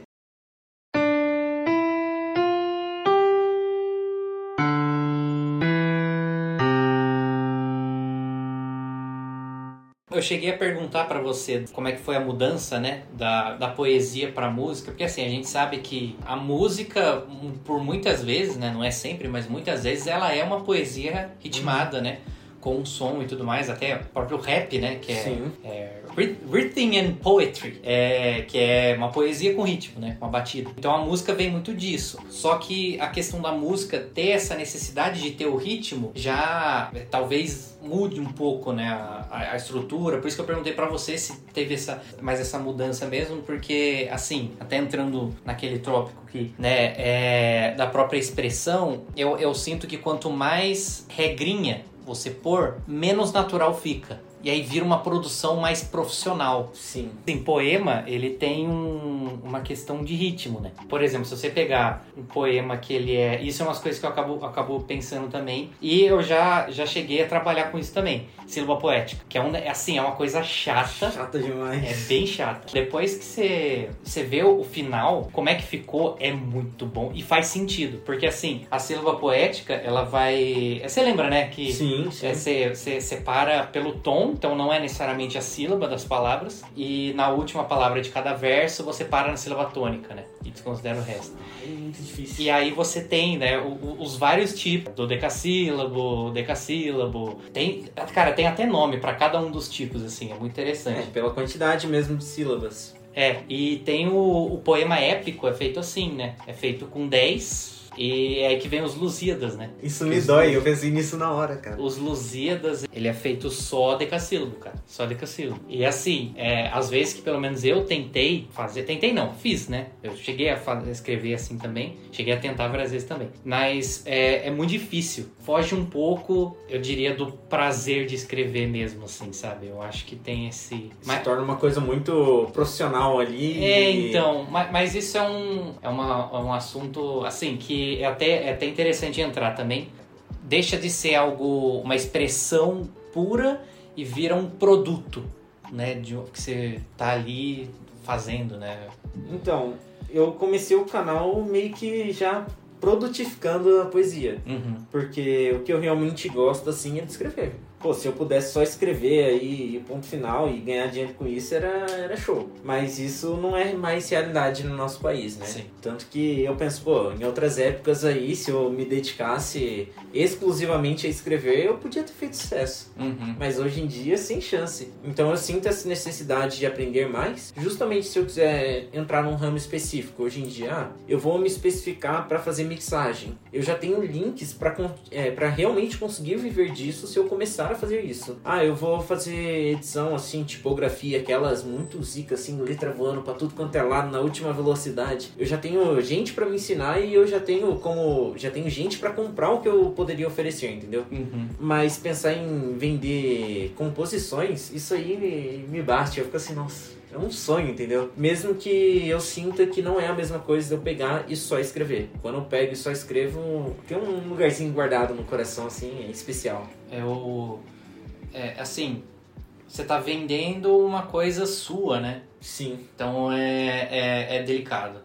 Eu cheguei a perguntar pra você como é que foi a mudança, né, da, da poesia pra música, porque assim, a gente sabe que a música, por muitas vezes, né, não é sempre, mas muitas vezes ela é uma poesia ritmada, uhum. né, com som e tudo mais, até o próprio rap, né, que é, é Rhythm and Poetry, é, que é uma poesia com ritmo, né, uma batida. Então a música vem muito disso, só que a questão da música ter essa necessidade de ter o ritmo já talvez mude um pouco, né, a, a estrutura. Por isso que eu perguntei pra você se teve essa, mais essa mudança mesmo, porque assim, até entrando naquele tópico que, né, é, da própria expressão, eu, eu sinto que quanto mais regrinha você pôr, menos natural fica. E aí vira uma produção mais profissional. Sim. Em poema, ele tem um, uma questão de ritmo, né? Por exemplo, se você pegar um poema que ele é... Isso é umas coisas que eu acabo, acabo pensando também. E eu já, já cheguei a trabalhar com isso também. Sílaba poética. Que é, um, é assim, é uma coisa chata. Chata demais. É bem chata. Depois que você, você vê o final, como é que ficou, é muito bom. E faz sentido. Porque assim, a sílaba poética, ela vai... Você lembra, né? Que sim, sim. É, você, você separa pelo tom. Então não é necessariamente a sílaba das palavras. E na última palavra de cada verso você para na sílaba tônica, né? E desconsidera o resto. É muito difícil. E aí você tem, né, o, os vários tipos do decassílabo, decassílabo. Tem, cara, tem até nome para cada um dos tipos, assim, é muito interessante. É, pela quantidade mesmo de sílabas. É, e tem o, o poema épico, é feito assim, né? É feito com dez... E é aí que vem os Lusíadas, né? Isso me os dói, eu pensei nisso na hora, cara. Os Lusíadas, ele é feito só decassílabo, cara. Só decassílabo. E assim, é, às vezes que pelo menos eu tentei fazer... Tentei não, fiz, né? Eu cheguei a fazer, escrever assim também. Cheguei a tentar várias vezes também. Mas é, é muito difícil. Foge um pouco, eu diria, do prazer de escrever mesmo, assim, sabe? Eu acho que tem esse... Se mas... torna uma coisa muito profissional ali. É, então... Mas, mas isso é um, é, uma, é um assunto, assim, que é até, é até interessante entrar também. Deixa de ser algo, uma expressão pura e vira um produto, né? De, que você tá ali fazendo, né? Então, eu comecei o canal meio que já produtificando a poesia. Uhum. Porque o que eu realmente gosto, assim, é de escrever. Pô, se eu pudesse só escrever aí, ponto final, e ganhar dinheiro com isso, era, era show. Mas isso não é mais realidade no nosso país, né? Sim. Tanto que eu penso, pô, em outras épocas aí, se eu me dedicasse exclusivamente a escrever, eu podia ter feito sucesso. Uhum. Mas hoje em dia, sem chance. Então eu sinto essa necessidade de aprender mais, justamente se eu quiser entrar num ramo específico. Hoje em dia, ah, eu vou me especificar para fazer mixagem. Eu já tenho links para é, para realmente conseguir viver disso se eu começar a fazer isso. Ah, eu vou fazer edição assim, tipografia, aquelas muito zica assim, letra voando pra tudo quanto é lado na última velocidade. Eu já tenho gente pra me ensinar e eu já tenho como já tenho gente pra comprar o que eu poderia oferecer, entendeu? Uhum. Mas pensar em vender composições, isso aí me, me bate. Eu fico assim, nossa, é um sonho, entendeu? Mesmo que eu sinta que não é a mesma coisa de eu pegar e só escrever. Quando eu pego e só escrevo, tem um lugarzinho guardado no coração, assim, é especial. É o... É, assim, você tá vendendo uma coisa sua, né? Sim. Então é, é, é delicado.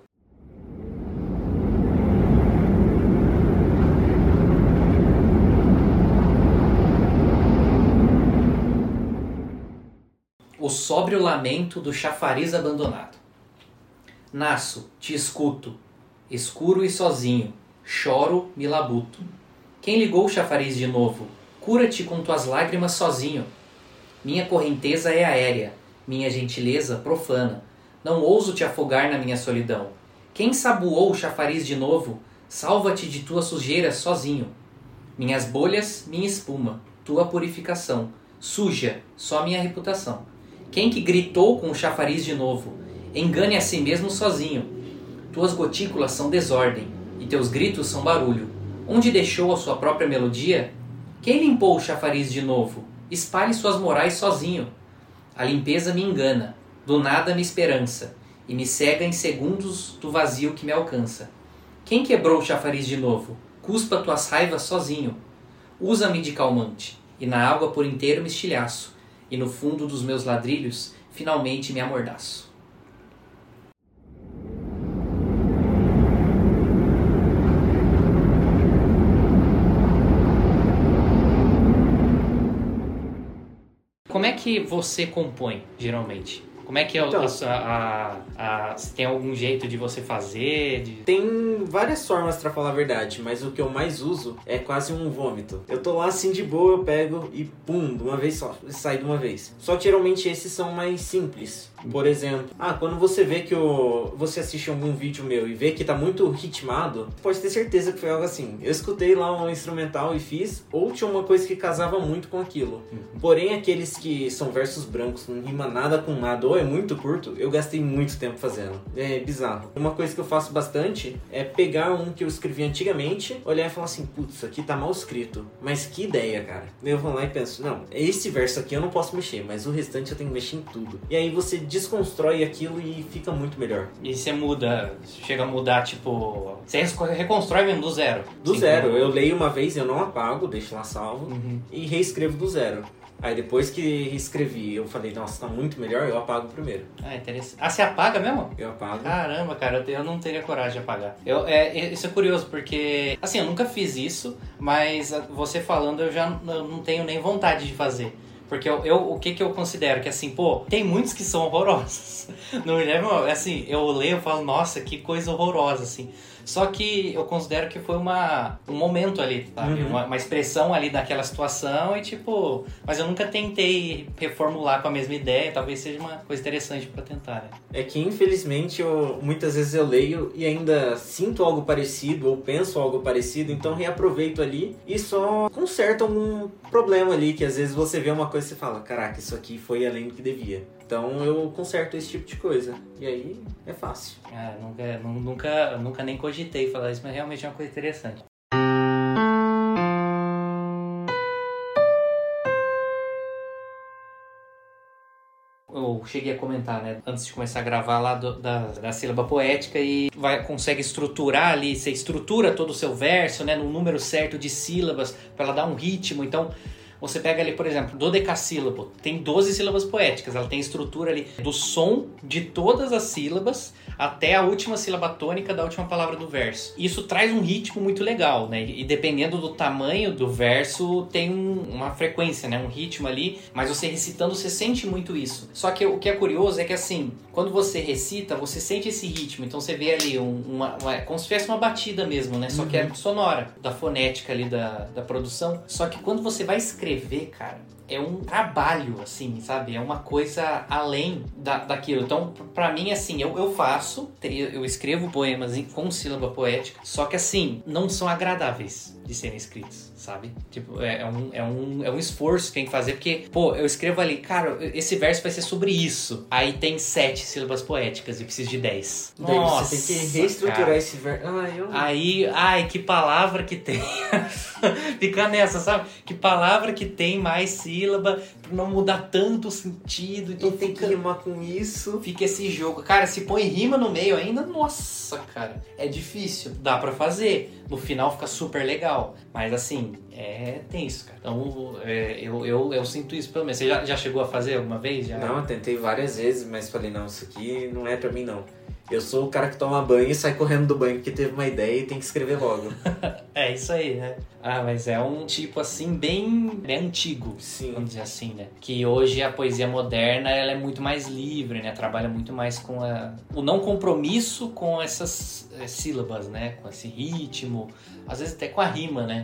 O sóbrio lamento do chafariz abandonado. Nasço, te escuto, escuro e sozinho, choro, me labuto. Quem ligou o chafariz de novo? Cura-te com tuas lágrimas sozinho. Minha correnteza é aérea, minha gentileza profana. Não ouso te afogar na minha solidão. Quem saboou o chafariz de novo? Salva-te de tua sujeira sozinho. Minhas bolhas, minha espuma, tua purificação. Suja, só minha reputação. Quem que gritou com o chafariz de novo? Engane a si mesmo sozinho. Tuas gotículas são desordem, e teus gritos são barulho. Onde deixou a sua própria melodia? Quem limpou o chafariz de novo? Espalhe suas morais sozinho. A limpeza me engana, do nada me esperança, e me cega em segundos do vazio que me alcança. Quem quebrou o chafariz de novo? Cuspa tuas raivas sozinho. Usa-me de calmante, e na água por inteiro me estilhaço, e no fundo dos meus ladrilhos, finalmente me amordaço. Como é que você compõe, geralmente? Como é que é então, a, a, a, a, tem algum jeito de você fazer? De... Tem várias formas, pra falar a verdade, mas o que eu mais uso é quase um vômito. Eu tô lá assim de boa, eu pego e pum, de uma vez só, sai de uma vez. Só que geralmente esses são mais simples. Por exemplo, ah, quando você vê que o, você assiste algum vídeo meu e vê que tá muito ritmado, pode ter certeza que foi algo assim. Eu escutei lá um instrumental e fiz, ou tinha uma coisa que casava muito com aquilo. Porém, aqueles que são versos brancos, não rima nada com nada, ou é muito curto, eu gastei muito tempo fazendo. É bizarro. Uma coisa que eu faço bastante é pegar um que eu escrevi antigamente, olhar e falar assim, putz, isso aqui tá mal escrito. Mas que ideia, cara. Eu vou lá e penso, não, esse verso aqui eu não posso mexer, mas o restante eu tenho que mexer em tudo. E aí você desconstrói aquilo e fica muito melhor. E você muda, chega a mudar, tipo... Você reconstrói mesmo do zero? Do zero. Eu leio uma vez, eu não apago, deixo lá salvo, uhum. e reescrevo do zero. Aí depois que escrevi, eu falei, nossa, tá muito melhor, eu apago primeiro. Ah, interessante. Ah, você apaga mesmo? Eu apago. Caramba, cara, eu não teria coragem de apagar. Eu, é, isso é curioso, porque, assim, eu nunca fiz isso, mas você falando, eu já eu não tenho nem vontade de fazer. Porque eu, eu, o que que eu considero? Que assim, pô, tem muitos que são horrorosos. Não me lembro, assim, eu leio e falo, nossa, que coisa horrorosa, assim. Só que eu considero que foi uma, um momento ali, sabe? Uhum. Uma, uma expressão ali daquela situação e tipo... Mas eu nunca tentei reformular com a mesma ideia, talvez seja uma coisa interessante pra tentar, né? É que infelizmente eu, muitas vezes eu leio e ainda sinto algo parecido ou penso algo parecido, então reaproveito ali e só conserto algum problema ali, que às vezes você vê uma coisa e você fala, caraca, isso aqui foi além do que devia. Então eu conserto esse tipo de coisa. E aí é fácil. Ah, nunca, nunca, nunca nem cogitei falar isso, mas realmente é uma coisa interessante. Eu cheguei a comentar, né, antes de começar a gravar lá do, da, da sílaba poética e vai, consegue estruturar ali, você estrutura todo o seu verso, né, no número certo de sílabas para ela dar um ritmo. Então você pega ali, por exemplo, dodecassílabo, tem doze sílabas poéticas, ela tem estrutura ali do som de todas as sílabas até a última sílaba tônica da última palavra do verso. Isso traz um ritmo muito legal, né? E dependendo do tamanho do verso, tem um, uma frequência, né? Um ritmo ali, mas você recitando, você sente muito isso. Só que o que é curioso é que, assim, quando você recita, você sente esse ritmo, então você vê ali um, uma, uma, como se fosse uma batida mesmo, né? Só uhum. que é sonora, da fonética ali da, da produção. Só que quando você vai escrever, cara, é um trabalho, assim, sabe? É uma coisa além da, daquilo. Então, pra mim, assim, eu, eu faço, eu escrevo poemas com sílaba poética, só que, assim, não são agradáveis de serem escritos, sabe? Tipo, é, é, um, é, um, é um esforço que tem que fazer, porque, pô, eu escrevo ali, cara, esse verso vai ser sobre isso. Aí tem sete sílabas poéticas e preciso de dez. Daí Nossa, você tem que reestruturar cara. esse verso. Ai, eu... Aí, ai, que palavra que tem. Fica nessa, sabe? Que palavra que tem mais sílaba pra não mudar tanto o sentido. Então e tem fica... que rimar com isso. Fica esse jogo. Cara, se põe rima no meio ainda, nossa, cara, é difícil. Dá pra fazer. No final fica super legal. Mas assim, é tenso, cara. Então, é, eu, eu, eu sinto isso pelo menos. Você já, já chegou a fazer alguma vez? Já? Não, eu tentei várias vezes, mas falei, não, isso aqui não é pra mim, não. Eu sou o cara que toma banho e sai correndo do banho porque teve uma ideia e tem que escrever logo. É isso aí, né? Ah, mas é um tipo assim bem, bem antigo, sim. Vamos dizer assim, né? Que hoje a poesia moderna ela é muito mais livre, né? Trabalha muito mais com a, o não compromisso com essas é, sílabas, né? Com esse ritmo, às vezes até com a rima, né?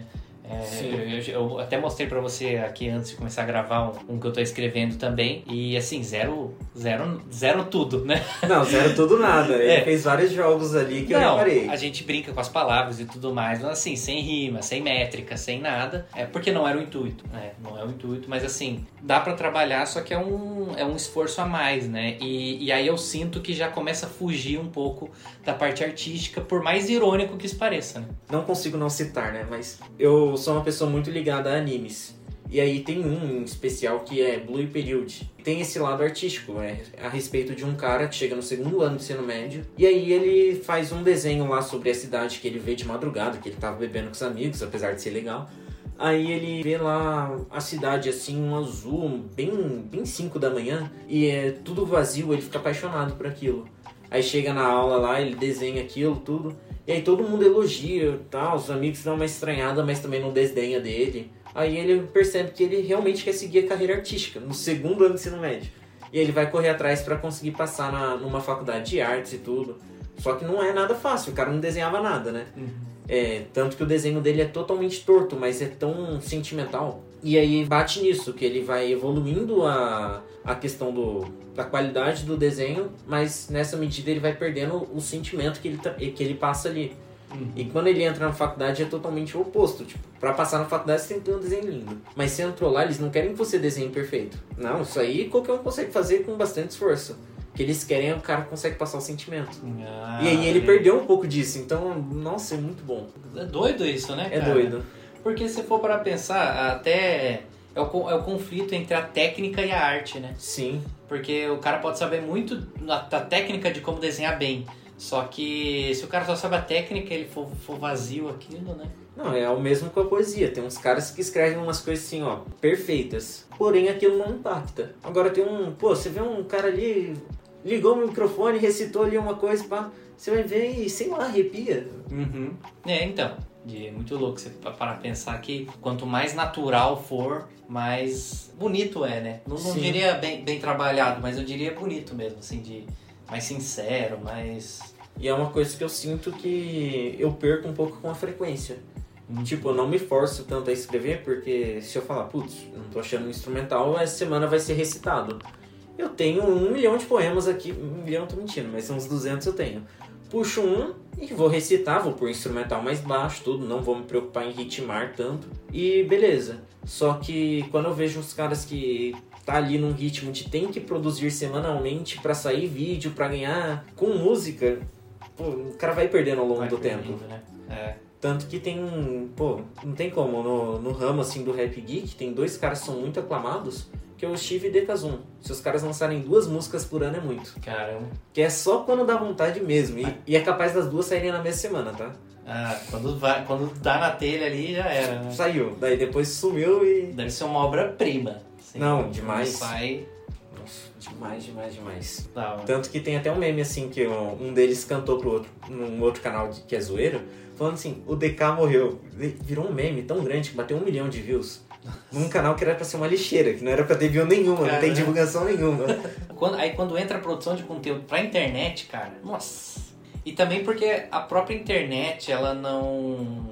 É, eu, eu até mostrei pra você aqui antes de começar a gravar um, um que eu tô escrevendo também. E assim, zero, zero, zero tudo, né? Não, zero tudo nada. Ele é. fez vários jogos ali que Não, eu reparei. A gente brinca com as palavras e tudo mais, mas assim, sem rima, sem métrica, sem nada. É porque não era o intuito, né? Não é o intuito, mas assim, dá pra trabalhar, só que é um, é um esforço a mais, né? E, e aí eu sinto que já começa a fugir um pouco da parte artística, por mais irônico que isso pareça, né? Não consigo não citar, né? Mas eu sou uma pessoa muito ligada a animes. E aí tem um em especial que é Blue Period. Tem esse lado artístico, é a respeito de um cara que chega no segundo ano do ensino médio. E aí ele faz um desenho lá sobre a cidade que ele vê de madrugada, que ele tava bebendo com os amigos, apesar de ser legal. Aí ele vê lá a cidade assim, um azul, bem, bem cinco da manhã. E é tudo vazio, ele fica apaixonado por aquilo. Aí chega na aula lá, ele desenha aquilo, tudo. E aí todo mundo elogia, tá? Os amigos dão uma estranhada, mas também não desdenha dele. Aí ele percebe que ele realmente quer seguir a carreira artística, no segundo ano do ensino médio. E ele vai correr atrás para conseguir passar na, numa faculdade de artes e tudo. Só que não é nada fácil, o cara não desenhava nada, né? Uhum. É, tanto que o desenho dele é totalmente torto, mas é tão sentimental. E aí bate nisso, que ele vai evoluindo a, a questão do, da qualidade do desenho, mas nessa medida ele vai perdendo o sentimento que ele, que ele passa ali. Uhum. E quando ele entra na faculdade é totalmente o oposto. Tipo, pra passar na faculdade você tem que ter um desenho lindo. Mas você entrou lá, eles não querem que você desenhe perfeito. Não, isso aí qualquer um consegue fazer com bastante esforço. O que eles querem é o cara que consegue passar o sentimento. Ah, e aí ele é. perdeu um pouco disso. Então, nossa, é muito bom. É doido isso, né, cara? É doido. Porque se for para pensar, até é o, é o conflito entre a técnica e a arte, né? Sim. Porque o cara pode saber muito da, da técnica de como desenhar bem. Só que se o cara só sabe a técnica e ele for, for vazio aquilo, né? Não, é o mesmo com a poesia. Tem uns caras que escrevem umas coisas assim, ó, perfeitas. Porém, aquilo não impacta. Agora tem um... Pô, você vê um cara ali... Ligou o microfone, recitou ali uma coisa, pá... Você vai ver e, sei lá, arrepia. Uhum. É, então... É muito louco você parar a pensar que quanto mais natural for, mais bonito é, né? Não, não diria bem, bem trabalhado, mas eu diria bonito mesmo, assim, de mais sincero, mais... E é uma coisa que eu sinto que eu perco um pouco com a frequência. Hum. Tipo, eu não me forço tanto a escrever, porque se eu falar, putz, não tô achando um instrumental, essa semana vai ser recitado. Eu tenho um milhão de poemas aqui, um milhão eu tô mentindo, mas uns duzentos eu tenho. Puxo um e vou recitar, vou pôr instrumental mais baixo, tudo, não vou me preocupar em ritmar tanto. E beleza. Só que quando eu vejo os caras que tá ali num ritmo de tem que produzir semanalmente pra sair vídeo, pra ganhar com música, pô, o cara vai perdendo ao longo vai do perdendo, tempo. Né? É. Tanto que tem, pô, não tem como, no, no ramo assim do Rap Geek, tem dois caras que são muito aclamados, que é o Steve e Dekazun. Se os caras lançarem duas músicas por ano é muito. Caramba. Que é só quando dá vontade mesmo. E, e é capaz das duas saírem na mesma semana, tá? Ah, quando, vai, quando dá na telha ali já era, né? Saiu. Daí depois sumiu e... Deve ser uma obra-prima. Assim, não, demais. Sai... Nossa, demais, demais, demais. Tá, tanto que tem até um meme assim, que um deles cantou pro outro, num outro canal que é zoeiro, falando assim, o D K morreu. Virou um meme tão grande que bateu um milhão de views. Num canal que era pra ser uma lixeira, que não era pra ter view nenhuma, cara, não tem divulgação nenhuma. Quando, aí quando entra a produção de conteúdo pra internet, cara, nossa. E também porque a própria internet, ela não,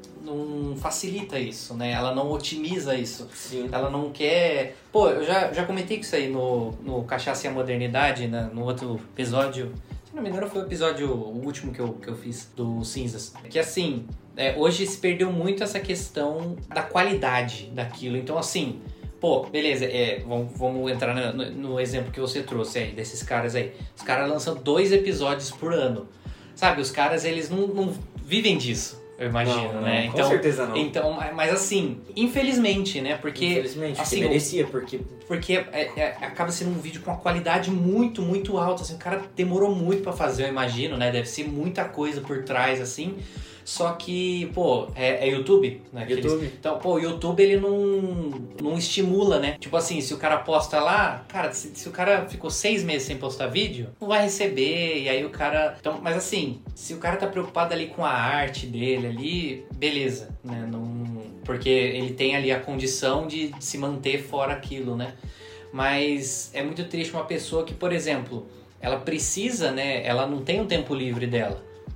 não facilita isso, né? Ela não otimiza isso. Sim. Ela não quer... Pô, eu já, já comentei isso aí no, no Cachaça e a Modernidade, né? No outro episódio... Se não me engano foi o episódio, o último que eu, que eu fiz, do Cinzas. Que assim... É, hoje se perdeu muito essa questão da qualidade daquilo. Então, assim, pô, beleza, é, vamos, vamos entrar no, no exemplo que você trouxe aí, desses caras aí. Os caras lançam dois episódios por ano. Sabe, os caras, eles não, não vivem disso, eu imagino, não, né? Não, então, com certeza não. Então, mas assim, infelizmente, né? Porque... Infelizmente, assim, que merecia, porque... Porque é, é, acaba sendo um vídeo com uma qualidade muito, muito alta, assim. O cara demorou muito pra fazer, eu imagino, né? Deve ser muita coisa por trás, assim... Só que, pô, é, é YouTube, né? YouTube. Eles, então, pô, o YouTube, ele não, não estimula, né? Tipo assim, se o cara posta lá, cara, se, se o cara ficou seis meses sem postar vídeo, não vai receber, e aí o cara... Então, mas assim, se o cara tá preocupado ali com a arte dele ali, beleza, né? Não, porque ele tem ali a condição de, de se manter fora aquilo, né? Mas é muito triste uma pessoa que, por exemplo, ela precisa, né? Ela não tem o tempo livre dela.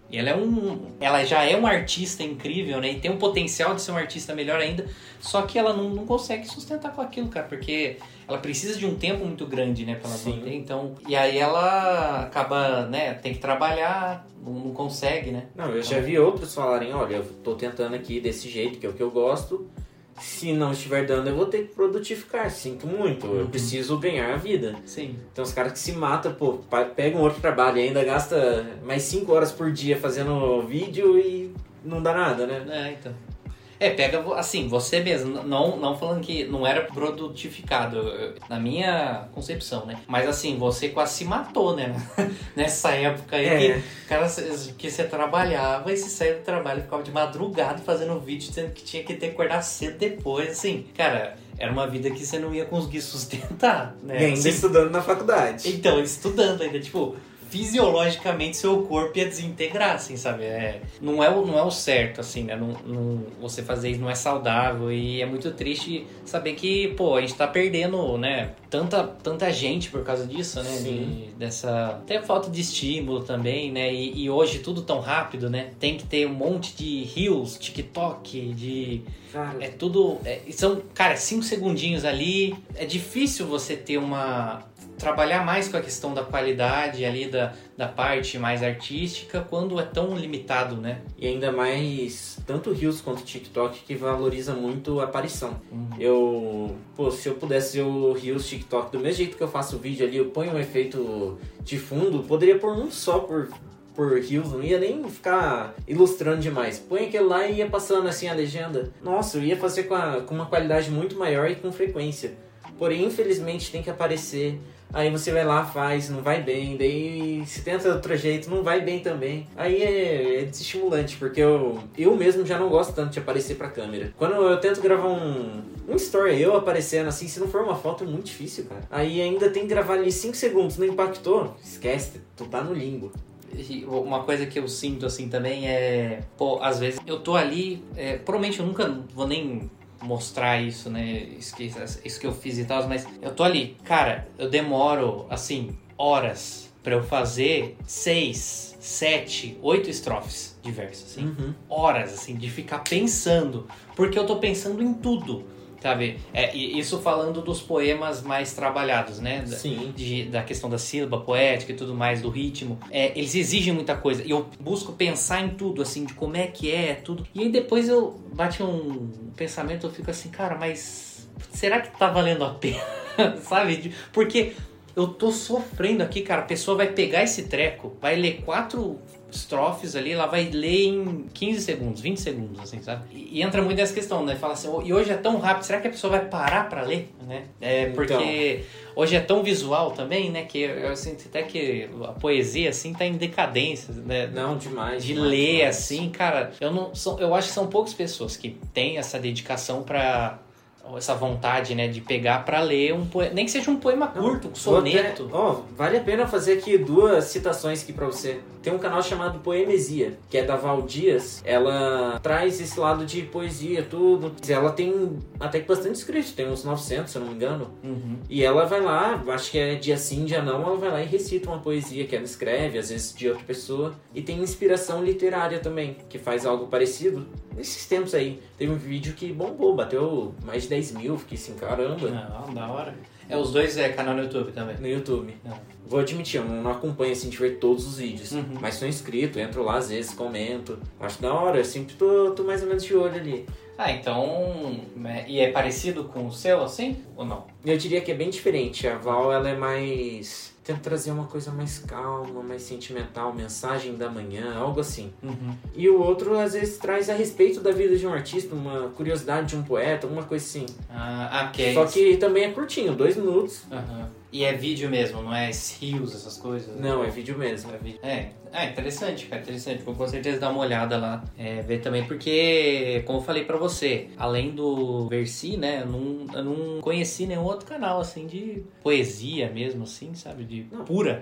E ela é um, ela já é uma artista incrível, né? E tem um potencial de ser uma artista melhor ainda, só que ela não, não consegue sustentar com aquilo, cara, porque ela precisa de um tempo muito grande, né, pra ela Sim. manter. Então, e aí ela acaba, né, tem que trabalhar, não, não consegue, né? Não, eu já vi outros falarem, olha, eu tô tentando aqui desse jeito, que é o que eu gosto. Se não estiver dando, eu vou ter que produtificar. Sinto muito, eu preciso ganhar a vida. Sim. Então os caras que se matam, pô, pegam outro trabalho e ainda gasta mais cinco horas por dia fazendo vídeo e não dá nada, né? É, então. É, pega, assim, você mesmo, não, não falando que não era produtificado, eu- na minha concepção, né? Mas assim, você quase se matou, né? Nessa época aí, É. que, cara, que você trabalhava e você saía do trabalho e ficava de madrugada fazendo vídeo, sendo que tinha que ter que acordar cedo depois, assim. Cara, era uma vida que você não ia conseguir sustentar, né? E ainda Assim, estudando na faculdade. então, estudando ainda, tipo, fisiologicamente seu corpo ia desintegrar, assim, sabe? É, não, é o, não é o certo, assim, né? Não, não, você fazer isso não é saudável e é muito triste saber que, pô, a gente tá perdendo, né? Tanta, tanta gente por causa disso, né? De, dessa... Até falta de estímulo também, né? E, e hoje tudo tão rápido, né? Tem que ter um monte de reels, TikTok, de... Cara, É tudo... É, são, cara, cinco segundinhos ali. É difícil você ter uma... Trabalhar mais com a questão da qualidade ali, da, da parte mais artística, quando é tão limitado, né? e ainda mais, tanto o Reels quanto o TikTok, que valoriza muito a aparição. Uhum. Eu, pô, se eu pudesse ver o Reels, TikTok, do mesmo jeito que eu faço o vídeo ali, eu ponho um efeito de fundo, poderia pôr um só por, por Reels, não ia nem ficar ilustrando demais. Põe aquele lá e ia passando assim a legenda. Nossa, eu ia fazer com, a, com uma qualidade muito maior e com frequência. Porém, infelizmente, tem que aparecer. Aí você vai lá, faz, não vai bem. Daí, se tenta de outro jeito, não vai bem também. Aí é, é desestimulante, porque eu, eu mesmo já não gosto tanto de aparecer pra câmera. Quando eu tento gravar um, um story, eu aparecendo assim, se não for uma foto, é muito difícil, cara. Aí ainda tem que gravar ali cinco segundos, não impactou? Esquece, tu tá no limbo. E uma coisa que eu sinto assim também é... Pô, às vezes eu tô ali... É, provavelmente eu nunca vou nem... mostrar isso, né, isso que, isso que eu fiz e tal, mas eu tô ali, cara, eu demoro, assim, horas pra eu fazer seis, sete, oito estrofes diversas, assim, Uhum. horas, assim, de ficar pensando, porque eu tô pensando em tudo, sabe, é, e isso falando dos poemas mais trabalhados, né, da, Sim. de, da questão da sílaba poética e tudo mais, do ritmo, é, eles exigem muita coisa, e eu busco pensar em tudo, assim, de como é que é, tudo, e aí depois eu bate um pensamento, eu fico assim, cara, mas será que tá valendo a pena, sabe, porque eu tô sofrendo aqui, cara, a pessoa vai pegar esse treco, vai ler quatro estrofes ali, ela vai ler em quinze segundos, vinte segundos, assim, sabe? E, e entra muito nessa questão, né? Fala assim, oh, e hoje é tão rápido, será que a pessoa vai parar pra ler, né? É, porque Então. hoje é tão visual também, né? Que eu, eu sinto até que a poesia, assim, tá em decadência, né? Não, demais. De demais, ler, demais. assim, cara, eu, não, são, eu acho que são poucas pessoas que têm essa dedicação pra... essa vontade, né, de pegar pra ler um poema, nem que seja um poema curto, um Vou até- soneto. Ó, vale a pena fazer aqui duas citações aqui pra você. Tem um canal chamado Poemesia, que é da Val Dias. Ela traz esse lado de poesia, tudo. Ela tem até que bastante escrito, tem uns novecentos, se eu não me engano. Uhum. E ela vai lá, acho que é dia sim, dia não, ela vai lá e recita uma poesia que ela escreve, às vezes de outra pessoa. E tem inspiração literária também, que faz algo parecido. Nesses tempos aí, teve um vídeo que bombou, bateu mais de dez mil, fiquei assim, caramba, Não, da hora. É, os dois é canal no YouTube também. no YouTube. Não. Vou admitir, eu não acompanho assim de ver todos os vídeos, Uhum. mas sou inscrito, entro lá às vezes, comento. Acho da hora, eu sempre tô, tô mais ou menos de olho ali. Ah, então... é- E é parecido com o seu, assim? Ou não? Eu diria que é bem diferente, a Val ela é mais... tenta trazer uma coisa mais calma, mais sentimental, mensagem da manhã, algo assim. Uhum. E o outro às vezes traz a respeito da vida de um artista, uma curiosidade de um poeta, alguma coisa assim. Ah, ah, que é Só isso. que também é curtinho, dois minutos. Aham. E é vídeo mesmo, não é rios, essas coisas? Não, é vídeo mesmo. É, vídeo. é, é interessante, cara, interessante. Vou com certeza dar uma olhada lá, é, ver também, porque, como eu falei pra você, além do Versi, né, eu não, eu não conheci nenhum outro canal, assim, de poesia mesmo, assim, sabe, de Não. pura.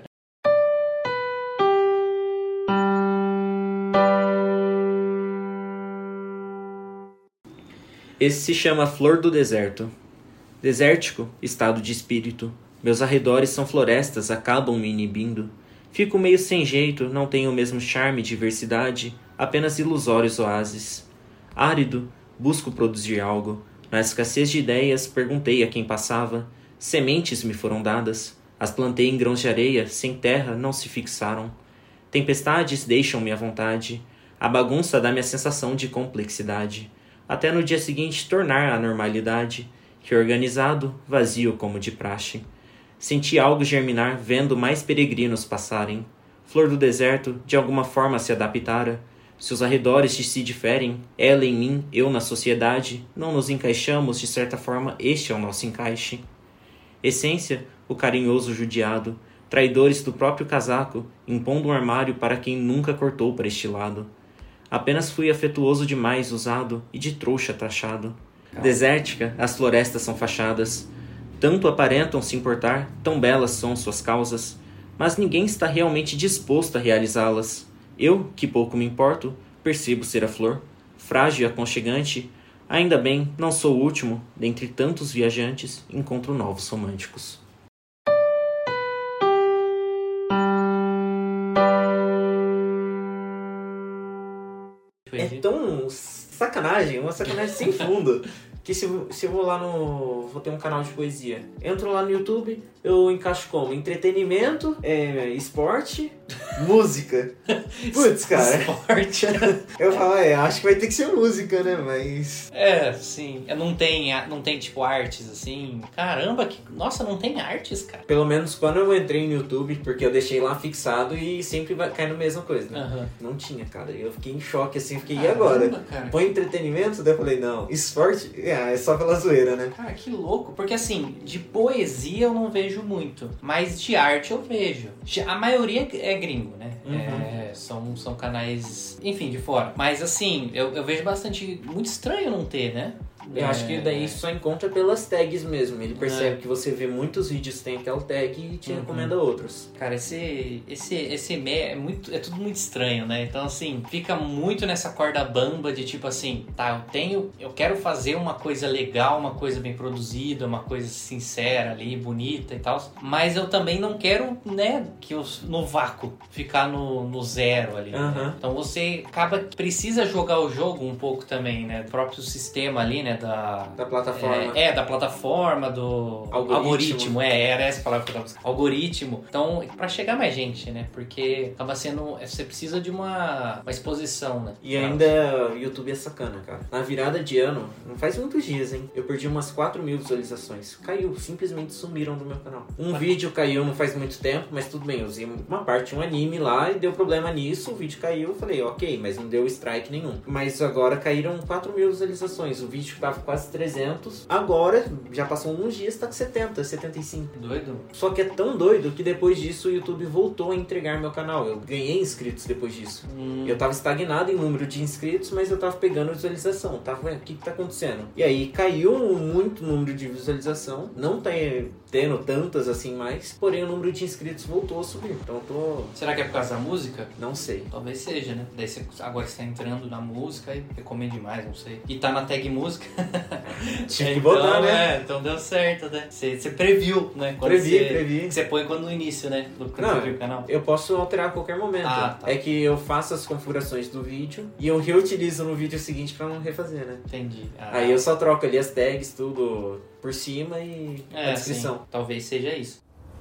Esse se chama Flor do Deserto. Desértico, estado de espírito. Meus arredores são florestas, acabam me inibindo. Fico meio sem jeito, não tenho o mesmo charme e diversidade, apenas ilusórios oásis. Árido, busco produzir algo. Na escassez de ideias, perguntei a quem passava. Sementes me foram dadas. As plantei em grãos de areia, sem terra, não se fixaram. Tempestades deixam-me à vontade. A bagunça dá-me a sensação de complexidade. Até no dia seguinte tornar à normalidade. Reorganizado, vazio como de praxe. Senti algo germinar vendo mais peregrinos passarem. Flor do deserto, de alguma forma se adaptara. Seus arredores de si diferem, ela em mim, eu na sociedade, não nos encaixamos, de certa forma este é o nosso encaixe. Essência, o carinhoso judiado, traidores do próprio casaco, impondo um armário para quem nunca cortou para este lado. Apenas fui afetuoso demais usado e de trouxa taxado. Desértica, as florestas são fachadas. Tanto aparentam se importar, tão belas são suas causas, mas ninguém está realmente disposto a realizá-las. Eu, que pouco me importo, percebo ser a flor, frágil e aconchegante. Ainda bem, não sou o último, dentre tantos viajantes, encontro novos românticos. É tão sacanagem, uma sacanagem sem fundo. Que se, se eu vou lá no... Vou ter um canal de poesia. Entro lá no YouTube, eu encaixo como? Entretenimento, é, esporte, música. Putz, cara. Esporte. Eu falo, é, acho que vai ter que ser música, né? Mas... É, sim. Não tem, não tem tipo artes, assim. Caramba, que... Nossa, não tem artes, cara. Pelo menos quando eu entrei no YouTube, porque eu deixei lá fixado e sempre vai cair na mesma coisa, né? Uhum. Não tinha, cara. Eu fiquei em choque, assim. Fiquei, Caramba, e agora? Cara. Põe entretenimento? Daí eu falei, não. Esporte? É, é só pela zoeira, né? Cara, que louco. Porque, assim, de poesia eu não vejo muito. Mas de arte eu vejo. A maioria é gringo, né? Uhum. É, são, são canais, enfim, de fora. Mas, assim, eu, eu vejo bastante... Muito estranho não ter, né? Eu é... acho que daí só encontra pelas tags mesmo. Ele percebe é. que você vê muitos vídeos que tem aquela tag e te uhum. recomenda outros. Cara, esse esse esse me é muito é tudo muito estranho, né? Então assim, fica muito nessa corda bamba de tipo assim, tá, eu tenho, eu quero fazer uma coisa legal, uma coisa bem produzida, uma coisa sincera ali, bonita e tal, mas eu também não quero, né, que eu no vácuo ficar no, no zero ali. Uhum. Né? Então você acaba precisa jogar o jogo um pouco também, né? O próprio sistema ali, né, da Da plataforma. É, é, da plataforma, do algoritmo. algoritmo, é, era essa palavra que eu tava buscando. Algoritmo. Então, pra chegar mais gente, né? Porque acaba sendo... Você precisa de uma, uma exposição, né? E ainda o YouTube é sacana, cara. Na virada de ano, não faz muitos dias, hein? Eu perdi umas quatro mil visualizações. Caiu, simplesmente sumiram do meu canal. Um ah. vídeo caiu não faz muito tempo, mas tudo bem. Eu usei uma parte, um anime lá e deu problema nisso. O vídeo caiu, eu falei, ok, mas não deu strike nenhum. Mas agora caíram quatro mil visualizações. O vídeo tava quase trezentos. Agora, já passou uns dias, tá com setenta, setenta e cinco. Doido. Só que é tão doido que depois disso o YouTube voltou a entregar meu canal. Eu ganhei inscritos depois disso. Hum. Eu tava estagnado em número de inscritos, mas eu tava pegando visualização. Tava vendo o que que tá acontecendo. E aí caiu muito o número de visualização. Não tá tendo tantas assim mais. Porém o número de inscritos voltou a subir. Então eu tô... Será que é por causa da música? Não sei. Talvez seja, né? Daí você, agora você tá entrando na música e recomende mais, não sei. E tá na tag música. Tinha que então, botar, né? É, então deu certo, né? Você, você previu, né? Quando previ, você, previ. Você põe quando no início, né? Do, Não, do canal. Eu posso alterar a qualquer momento. Ah, tá. É que eu faço as configurações do vídeo e eu reutilizo no vídeo seguinte pra não refazer, né? Entendi. Ah. Aí eu só troco ali as tags, tudo por cima e é, a descrição. Sim. Talvez seja isso.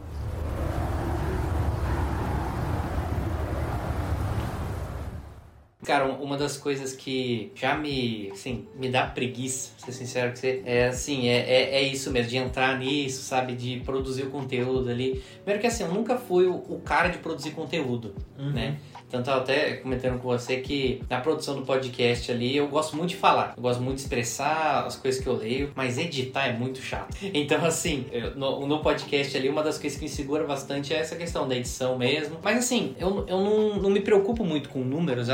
Cara, uma das coisas que já me, assim, me dá preguiça, ser sincero com você, é assim, é, é, é isso mesmo, de entrar nisso, sabe, de produzir o conteúdo ali. Primeiro que assim, eu nunca fui o, o cara de produzir conteúdo, uhum. né? Tanto até comentando com você que na produção do podcast ali eu gosto muito de falar, eu gosto muito de expressar as coisas que eu leio, mas editar é muito chato. Então assim, eu, no, no podcast ali uma das coisas que me segura bastante é essa questão da edição mesmo. Mas assim, eu, eu não, não me preocupo muito com números, eu até tento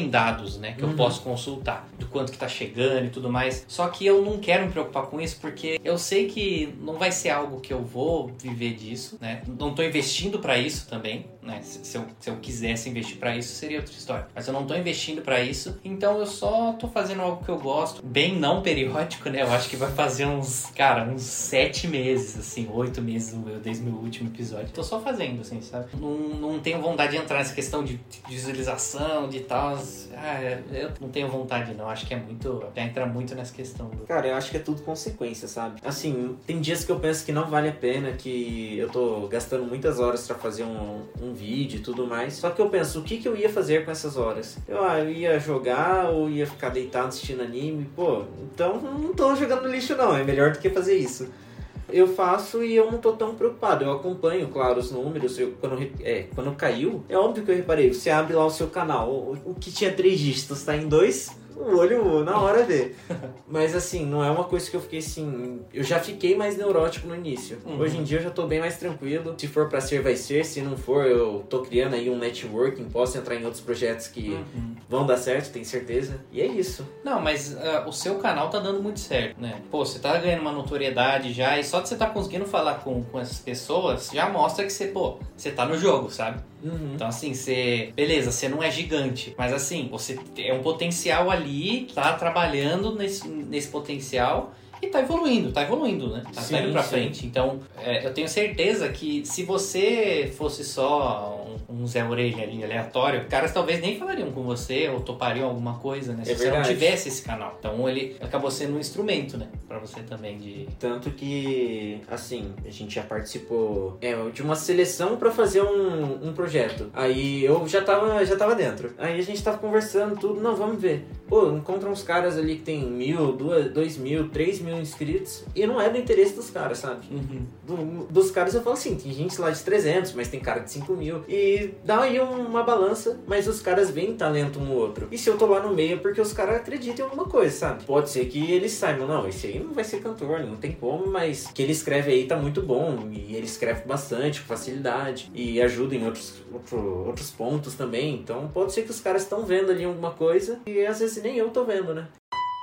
tem dados, né, que uhum. eu posso consultar do quanto que tá chegando e tudo mais. Só que eu não quero me preocupar com isso porque eu sei que não vai ser algo que eu vou viver disso, né? Não tô investindo para isso também, né? Se, se, eu, se eu quisesse investir para isso, seria outra história. Mas eu não tô investindo para isso, então eu só tô fazendo algo que eu gosto, bem não periódico, né? Eu acho que vai fazer uns, cara, uns sete meses, assim, oito meses desde o meu último episódio. Tô só fazendo, assim, sabe? Não, não tenho vontade de entrar nessa questão de visualização, de tal. Ah, eu não tenho vontade, não. Acho que é muito... Já entra muito nessa questão. Do... Cara, eu acho que é tudo consequência, sabe? Assim, tem dias que eu penso que não vale a pena, que eu tô gastando muitas horas pra fazer um, um vídeo e tudo mais. Só que eu penso, o que que eu ia fazer com essas horas? Eu, ah, eu ia jogar ou ia ficar deitado assistindo anime? Pô, então não tô jogando no lixo, não. É melhor do que fazer isso. Eu faço e eu não tô tão preocupado. Eu acompanho, claro, os números. Eu, quando, é, quando caiu, é óbvio que eu reparei. Você abre lá o seu canal. O, o que tinha três dígitos tá em dois, o olho na hora vê. Mas assim, não é uma coisa que eu fiquei assim... Eu já fiquei mais neurótico no início. Uhum. Hoje em dia eu já tô bem mais tranquilo. Se for pra ser, vai ser. Se não for, eu tô criando aí um networking. Posso entrar em outros projetos que uhum. vão dar certo, tenho certeza. E é isso. Não, mas uh, o seu canal tá dando muito certo, né? Pô, você tá ganhando uma notoriedade já. E só de você tá conseguindo falar com, com essas pessoas, já mostra que você, pô, você tá no jogo, sabe? Uhum. Então assim, você... Beleza, você não é gigante. Mas assim, você é um potencial ali, tá trabalhando nesse, nesse potencial e tá evoluindo, tá evoluindo, né? Tá, sim, tá indo pra sim. frente. Então, é, eu tenho certeza que se você fosse só um, um Zé Orelha ali, aleatório, caras talvez nem falariam com você ou topariam alguma coisa, né? Se é você verdade. Não tivesse esse canal. Então, ele acabou sendo um instrumento, né? Pra você também de... Tanto que, assim, a gente já participou é, de uma seleção pra fazer um, um projeto. Aí eu já tava, já tava dentro. Aí a gente tava conversando tudo. Não, vamos ver. Pô, encontra uns caras ali que tem mil, duas, dois mil, três mil inscritos e não é do interesse dos caras, sabe? Uhum. Do, dos caras eu falo assim, tem gente lá de trezentos, mas tem cara de cinco mil e dá aí uma balança, mas os caras veem talento um no outro. E se eu tô lá no meio é porque os caras acreditam em alguma coisa, sabe? Pode ser que eles saibam, não, esse aí não vai ser cantor, não tem como, mas o que ele escreve aí tá muito bom e ele escreve bastante, com facilidade e ajuda em outros, outro, outros pontos também, então pode ser que os caras estão vendo ali alguma coisa e às vezes nem eu tô vendo, né?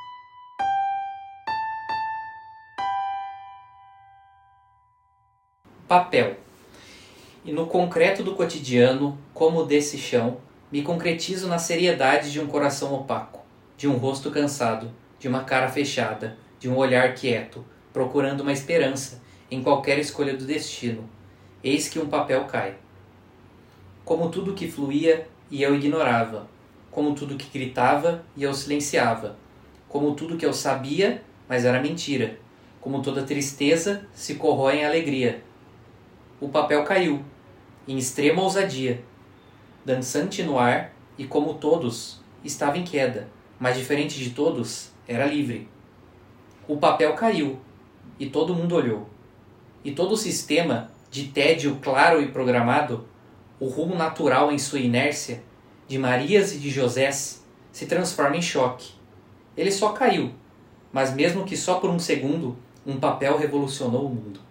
Papel. E no concreto do cotidiano, como desse chão, me concretizo na seriedade de um coração opaco, de um rosto cansado, de uma cara fechada, de um olhar quieto, procurando uma esperança em qualquer escolha do destino. Eis que um papel cai. Como tudo que fluía e eu ignorava, como tudo que gritava e eu silenciava, como tudo que eu sabia, mas era mentira, como toda tristeza se corrói em alegria. O papel caiu, em extrema ousadia, dançante no ar e, como todos, estava em queda, mas diferente de todos, era livre. O papel caiu, e todo mundo olhou. E todo o sistema, de tédio claro e programado, o rumo natural em sua inércia, de Marias e de Josés, se transforma em choque. Ele só caiu, mas mesmo que só por um segundo, um papel revolucionou o mundo.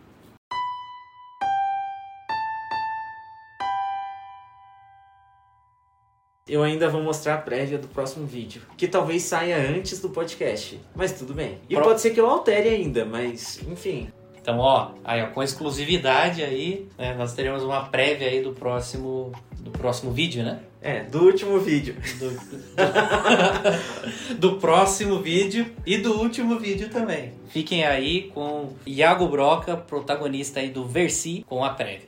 Eu ainda vou mostrar a prévia do próximo vídeo, que talvez saia antes do podcast, mas tudo bem. E Pro... pode ser que eu altere ainda, mas enfim. Então, ó, aí, ó, com exclusividade aí, né, nós teremos uma prévia aí do próximo, do próximo vídeo, né? É, do último vídeo. Do, do, do próximo vídeo e do último vídeo também. Fiquem aí com Iago Broca, protagonista aí do Versi, com a prévia.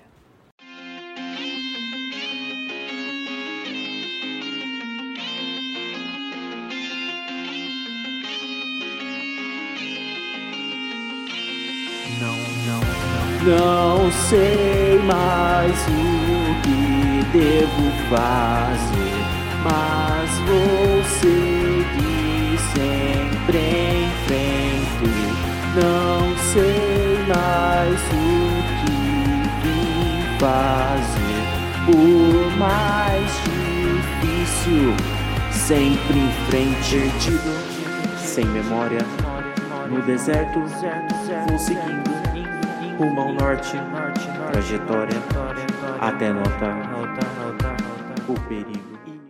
Não, não, não. Não sei mais o que devo fazer, mas vou seguir sempre em frente. Não sei mais o que vim fazer, por mais difícil, sempre em frente. Perdido, sem memória, no deserto, vou seguindo rumo ao norte, trajetória até notar o perigo.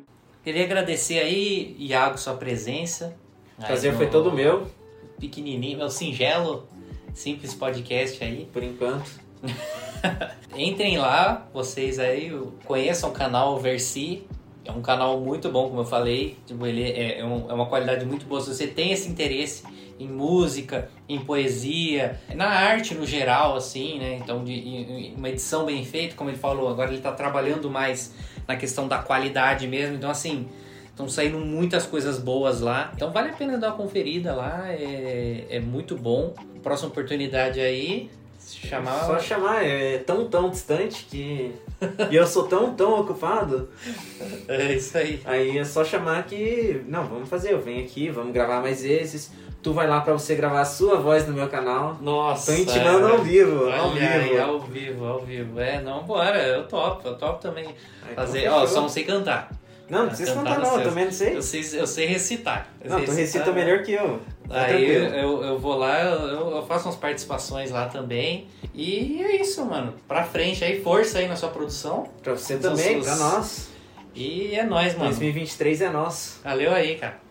Queria agradecer aí, Iago, sua presença. O prazer foi todo meu. Pequenininho, meu singelo, simples podcast aí. Por enquanto. Entrem lá, vocês aí, conheçam o canal Versi. É um canal muito bom, como eu falei. Tipo, ele é, é, um, é uma qualidade muito boa. Se você tem esse interesse em música, em poesia, na arte no geral, assim, né? Então, de, em, uma edição bem feita, como ele falou, agora ele está trabalhando mais na questão da qualidade mesmo. Então, assim, estão saindo muitas coisas boas lá. Então, vale a pena dar uma conferida lá. É, é muito bom. Próxima oportunidade aí, chamar... Só chamar, é tão, tão distante que... e eu sou tão, tão ocupado. É isso aí. Aí é só chamar que... Não, vamos fazer, eu venho aqui, vamos gravar mais vezes. Tu vai lá pra você gravar a sua voz no meu canal. Nossa. Tô intimando é, ao vivo, olha ao vivo. Aí, ao vivo, ao vivo. É, não, bora, eu topo, eu topo também. Aí, fazer, ó, só não sei cantar. Não, não precisa cantar não, eu também não sei. Eu sei, eu sei recitar. Eu não, sei tu recitar, recita melhor que eu. Tá aí eu, eu, eu vou lá, eu, eu faço umas participações lá também. E é isso, mano. Pra frente aí, força aí na sua produção. Pra você também, seus... pra nós. E é nóis, mano. dois mil e vinte e três é nosso. Valeu aí, cara.